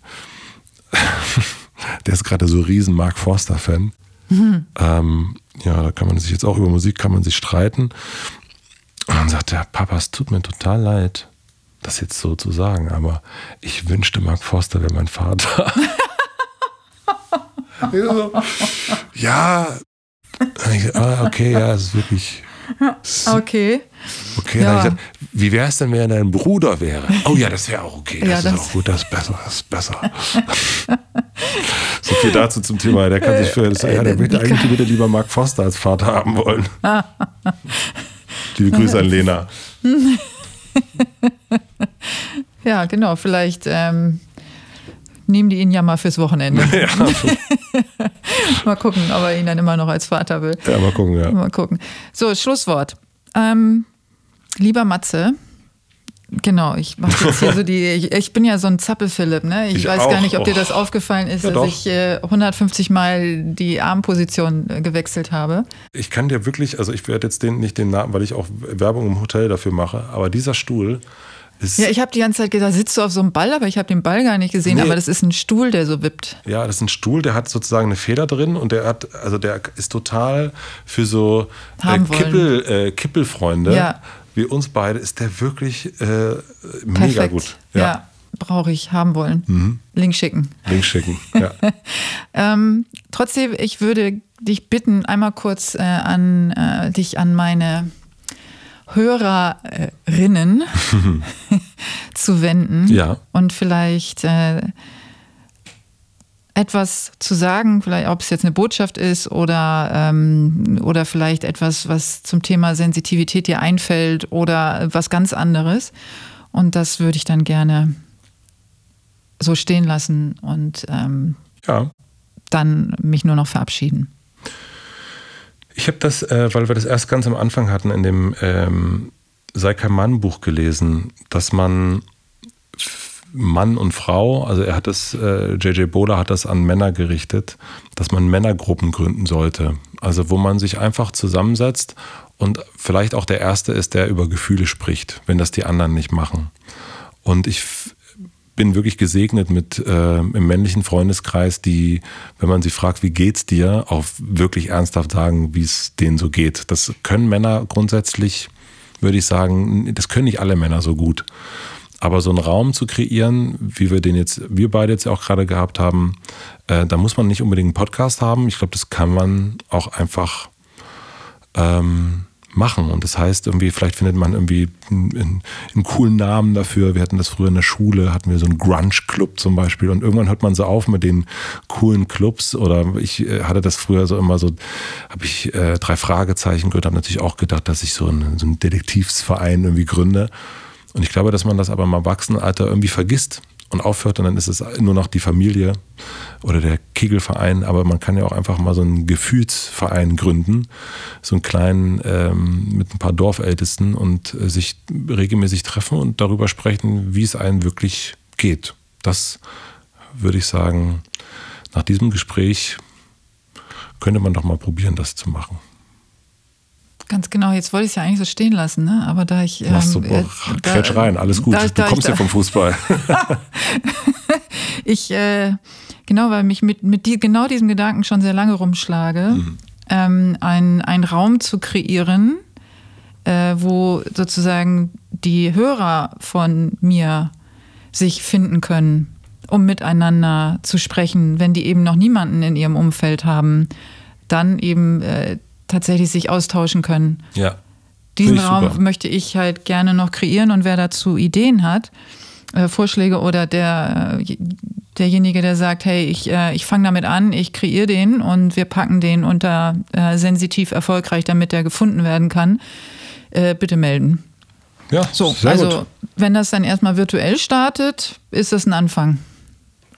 [SPEAKER 1] der ist gerade so riesen Mark Forster-Fan. Mhm. Ähm, ja, da kann man sich jetzt auch über Musik kann man sich streiten. Und dann sagt er, Papa, es tut mir total leid, das jetzt so zu sagen, aber ich wünschte, Mark Forster wäre mein Vater. so, ja, ich, ah, okay, ja, es ist wirklich...
[SPEAKER 2] Okay.
[SPEAKER 1] Okay,
[SPEAKER 2] Ja.
[SPEAKER 1] dann hab ich gesagt, wie wäre es denn, wenn er dein Bruder wäre? Oh ja, das wäre auch okay. Das
[SPEAKER 2] Ja,
[SPEAKER 1] ist
[SPEAKER 2] das-
[SPEAKER 1] auch gut, das ist besser, das ist besser. So viel dazu zum Thema. Der kann sich für das, ja, der möchte eigentlich wieder lieber Mark Forster als Vater haben wollen. Liebe Grüße an Lena.
[SPEAKER 2] Ja, genau. Vielleicht ähm, nehmen die ihn ja mal fürs Wochenende.
[SPEAKER 1] Ja,
[SPEAKER 2] Mal gucken, ob er ihn dann immer noch als Vater will.
[SPEAKER 1] ja, mal gucken, ja.
[SPEAKER 2] Mal gucken. So, Schlusswort. Ähm, lieber Matze, genau, ich mache jetzt hier so die, ich, ich bin ja so ein Zappel-Philipp, ne? Ich,
[SPEAKER 1] Ich
[SPEAKER 2] weiß
[SPEAKER 1] auch,
[SPEAKER 2] gar nicht, ob dir
[SPEAKER 1] och.
[SPEAKER 2] das aufgefallen ist,
[SPEAKER 1] Ja,
[SPEAKER 2] dass
[SPEAKER 1] doch.
[SPEAKER 2] ich äh, hundertfünfzig Mal die Armposition äh, gewechselt habe.
[SPEAKER 1] Ich kann dir wirklich, also ich werde jetzt den, nicht den Namen, weil ich auch Werbung im Hotel dafür mache, aber dieser Stuhl ist...
[SPEAKER 2] Ja, ich habe die ganze Zeit gedacht, sitzt du auf so einem Ball, aber ich habe den Ball gar nicht gesehen,
[SPEAKER 1] Nee.
[SPEAKER 2] aber das ist ein Stuhl, der so wippt.
[SPEAKER 1] Ja, das ist ein Stuhl, der hat sozusagen eine Feder drin und der hat, also der ist total für so äh,
[SPEAKER 2] Haben wollen.
[SPEAKER 1] Kippel, äh, Kippelfreunde
[SPEAKER 2] Ja.
[SPEAKER 1] wie uns beide, ist der wirklich äh, mega
[SPEAKER 2] Perfekt.
[SPEAKER 1] gut.
[SPEAKER 2] Ja, brauche ich, haben wollen.
[SPEAKER 1] Mhm.
[SPEAKER 2] Link schicken.
[SPEAKER 1] Link schicken. Ja.
[SPEAKER 2] Ähm, trotzdem, ich würde dich bitten, einmal kurz äh, an äh, dich an meine Hörerinnen zu wenden
[SPEAKER 1] Ja.
[SPEAKER 2] und vielleicht äh, etwas zu sagen, vielleicht ob es jetzt eine Botschaft ist oder, ähm, oder vielleicht etwas, was zum Thema Sensitivität dir einfällt oder was ganz anderes. Und das würde ich dann gerne so stehen lassen und ähm,
[SPEAKER 1] ja.
[SPEAKER 2] dann mich nur noch verabschieden.
[SPEAKER 1] Ich habe das, äh, weil wir das erst ganz am Anfang hatten, in dem ähm, Sei kein Mann-Buch gelesen, dass man f- Mann und Frau, also er hat das, äh, J J Bola hat das an Männer gerichtet, dass man Männergruppen gründen sollte. Also wo man sich einfach zusammensetzt und vielleicht auch der Erste ist, der über Gefühle spricht, wenn das die anderen nicht machen. Und ich f- bin wirklich gesegnet mit äh, im männlichen Freundeskreis, die, wenn man sie fragt, wie geht's dir, auch wirklich ernsthaft sagen, wie es denen so geht. Das können Männer grundsätzlich, würde ich sagen, das können nicht alle Männer so gut. Aber so einen Raum zu kreieren, wie wir den jetzt, wir beide jetzt auch gerade gehabt haben, äh, da muss man nicht unbedingt einen Podcast haben. Ich glaube, das kann man auch einfach ähm, machen. Und das heißt, irgendwie, vielleicht findet man irgendwie einen, einen coolen Namen dafür. Wir hatten das früher in der Schule, hatten wir so einen Grunge-Club zum Beispiel. Und irgendwann hört man so auf mit den coolen Clubs. Oder ich äh, hatte das früher so immer so, habe ich äh, drei Fragezeichen gehört, habe natürlich auch gedacht, dass ich so einen, so einen Detektivsverein irgendwie gründe. Und ich glaube, dass man das aber im Erwachsenenalter irgendwie vergisst und aufhört und dann ist es nur noch die Familie oder der Kegelverein. Aber man kann ja auch einfach mal so einen Gefühlsverein gründen, so einen kleinen ähm, mit ein paar Dorfältesten und äh, sich regelmäßig treffen und darüber sprechen, wie es einem wirklich geht. Das würde ich sagen, nach diesem Gespräch könnte man doch mal probieren, das zu machen.
[SPEAKER 2] Ganz genau, jetzt wollte ich es ja eigentlich so stehen lassen, ne? Aber da ich. Ähm,
[SPEAKER 1] Machst du,
[SPEAKER 2] äh,
[SPEAKER 1] quetsch rein, alles gut.
[SPEAKER 2] da-
[SPEAKER 1] Du
[SPEAKER 2] da ich
[SPEAKER 1] kommst
[SPEAKER 2] da-
[SPEAKER 1] ja vom Fußball.
[SPEAKER 2] Ich, äh, genau, weil mich mit, mit die, genau diesem Gedanken schon sehr lange rumschlage,
[SPEAKER 1] Mhm.
[SPEAKER 2] ähm, ein- einen Raum zu kreieren, äh, wo sozusagen die Hörer von mir sich finden können, um miteinander zu sprechen, wenn die eben noch niemanden in ihrem Umfeld haben, dann eben äh, tatsächlich sich austauschen können.
[SPEAKER 1] Ja.
[SPEAKER 2] Diesen
[SPEAKER 1] Finde ich
[SPEAKER 2] Raum
[SPEAKER 1] super.
[SPEAKER 2] möchte ich halt gerne noch kreieren und wer dazu Ideen hat, äh, Vorschläge oder der, äh, derjenige, der sagt, hey, ich, äh, ich fange damit an, ich kreiere den und wir packen den unter äh, sensitiv erfolgreich, damit der gefunden werden kann, äh, bitte melden.
[SPEAKER 1] Ja,
[SPEAKER 2] So,
[SPEAKER 1] sehr
[SPEAKER 2] also
[SPEAKER 1] gut.
[SPEAKER 2] wenn das dann erstmal virtuell startet, ist das ein Anfang.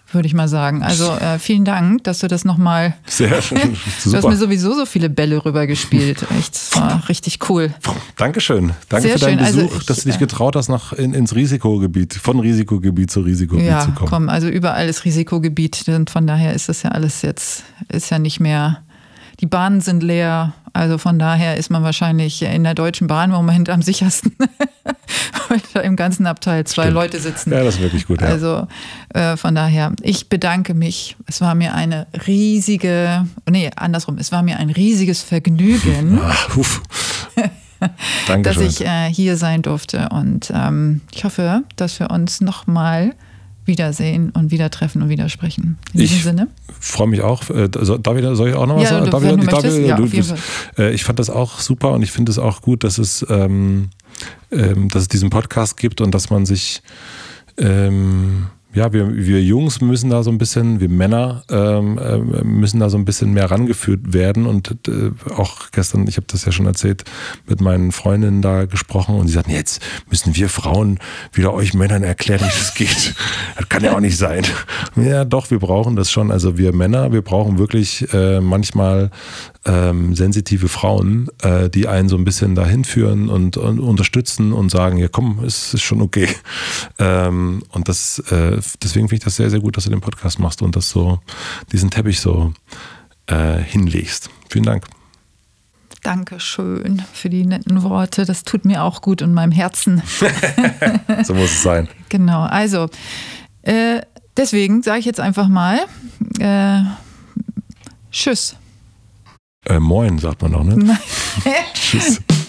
[SPEAKER 2] würde ich mal sagen. Also äh, vielen Dank, dass du das nochmal...
[SPEAKER 1] Sehr schön.
[SPEAKER 2] Du hast mir sowieso so viele Bälle rübergespielt. Echt, das war richtig cool.
[SPEAKER 1] Dankeschön. Danke
[SPEAKER 2] Sehr
[SPEAKER 1] für deinen
[SPEAKER 2] schön.
[SPEAKER 1] Besuch,
[SPEAKER 2] Also ich,
[SPEAKER 1] dass du dich getraut hast, nach in, ins Risikogebiet, von Risikogebiet zu Risikogebiet
[SPEAKER 2] ja,
[SPEAKER 1] zu kommen.
[SPEAKER 2] Komm, also überall ist Risikogebiet und von daher ist das ja alles jetzt, ist ja nicht mehr, die Bahnen sind leer, also von daher ist man wahrscheinlich in der Deutschen Bahn im Moment am sichersten, weil da im ganzen Abteil zwei
[SPEAKER 1] Stimmt.
[SPEAKER 2] Leute sitzen.
[SPEAKER 1] Ja, das ist wirklich gut. Ja.
[SPEAKER 2] Also äh, von daher, ich bedanke mich. Es war mir eine riesige, nee, andersrum, es war mir ein riesiges Vergnügen,
[SPEAKER 1] Ach, uff.
[SPEAKER 2] dass
[SPEAKER 1] Dankeschön.
[SPEAKER 2] ich äh, hier sein durfte. Und ähm, ich hoffe, dass wir uns nochmal wiedersehen und wieder treffen und wieder sprechen. In
[SPEAKER 1] Ich
[SPEAKER 2] diesem Sinne.
[SPEAKER 1] freue mich auch. Äh, so- Darf ich, soll ich auch noch was
[SPEAKER 2] Ja,
[SPEAKER 1] sagen?
[SPEAKER 2] du,
[SPEAKER 1] Darf
[SPEAKER 2] wenn
[SPEAKER 1] ich,
[SPEAKER 2] du
[SPEAKER 1] darf
[SPEAKER 2] möchtest.
[SPEAKER 1] ich,
[SPEAKER 2] Ja,
[SPEAKER 1] du,
[SPEAKER 2] auf jeden
[SPEAKER 1] du, äh, ich fand das auch super und ich finde es auch gut, dass es, ähm, ähm, dass es diesen Podcast gibt und dass man sich ähm, ja, wir, wir Jungs müssen da so ein bisschen, wir Männer ähm, äh, müssen da so ein bisschen mehr rangeführt werden und äh, auch gestern, ich habe das ja schon erzählt, mit meinen Freundinnen da gesprochen und die sagten, jetzt müssen wir Frauen wieder euch Männern erklären, wie das geht. Das kann ja auch nicht sein. Ja, doch, wir brauchen das schon. Also wir Männer, wir brauchen wirklich äh, manchmal ähm, sensitive Frauen, äh, die einen so ein bisschen dahin führen und, und unterstützen und sagen, ja komm, es ist schon okay. Ähm, und das äh, deswegen finde ich das sehr, sehr gut, dass du den Podcast machst und das so, diesen Teppich so äh, hinlegst. Vielen Dank.
[SPEAKER 2] Dankeschön für die netten Worte. Das tut mir auch gut in meinem Herzen.
[SPEAKER 1] So muss es sein.
[SPEAKER 2] Genau, also äh, deswegen sage ich jetzt einfach mal äh, Tschüss.
[SPEAKER 1] Äh, moin, sagt man doch, ne?
[SPEAKER 2] Nein.
[SPEAKER 1] Tschüss.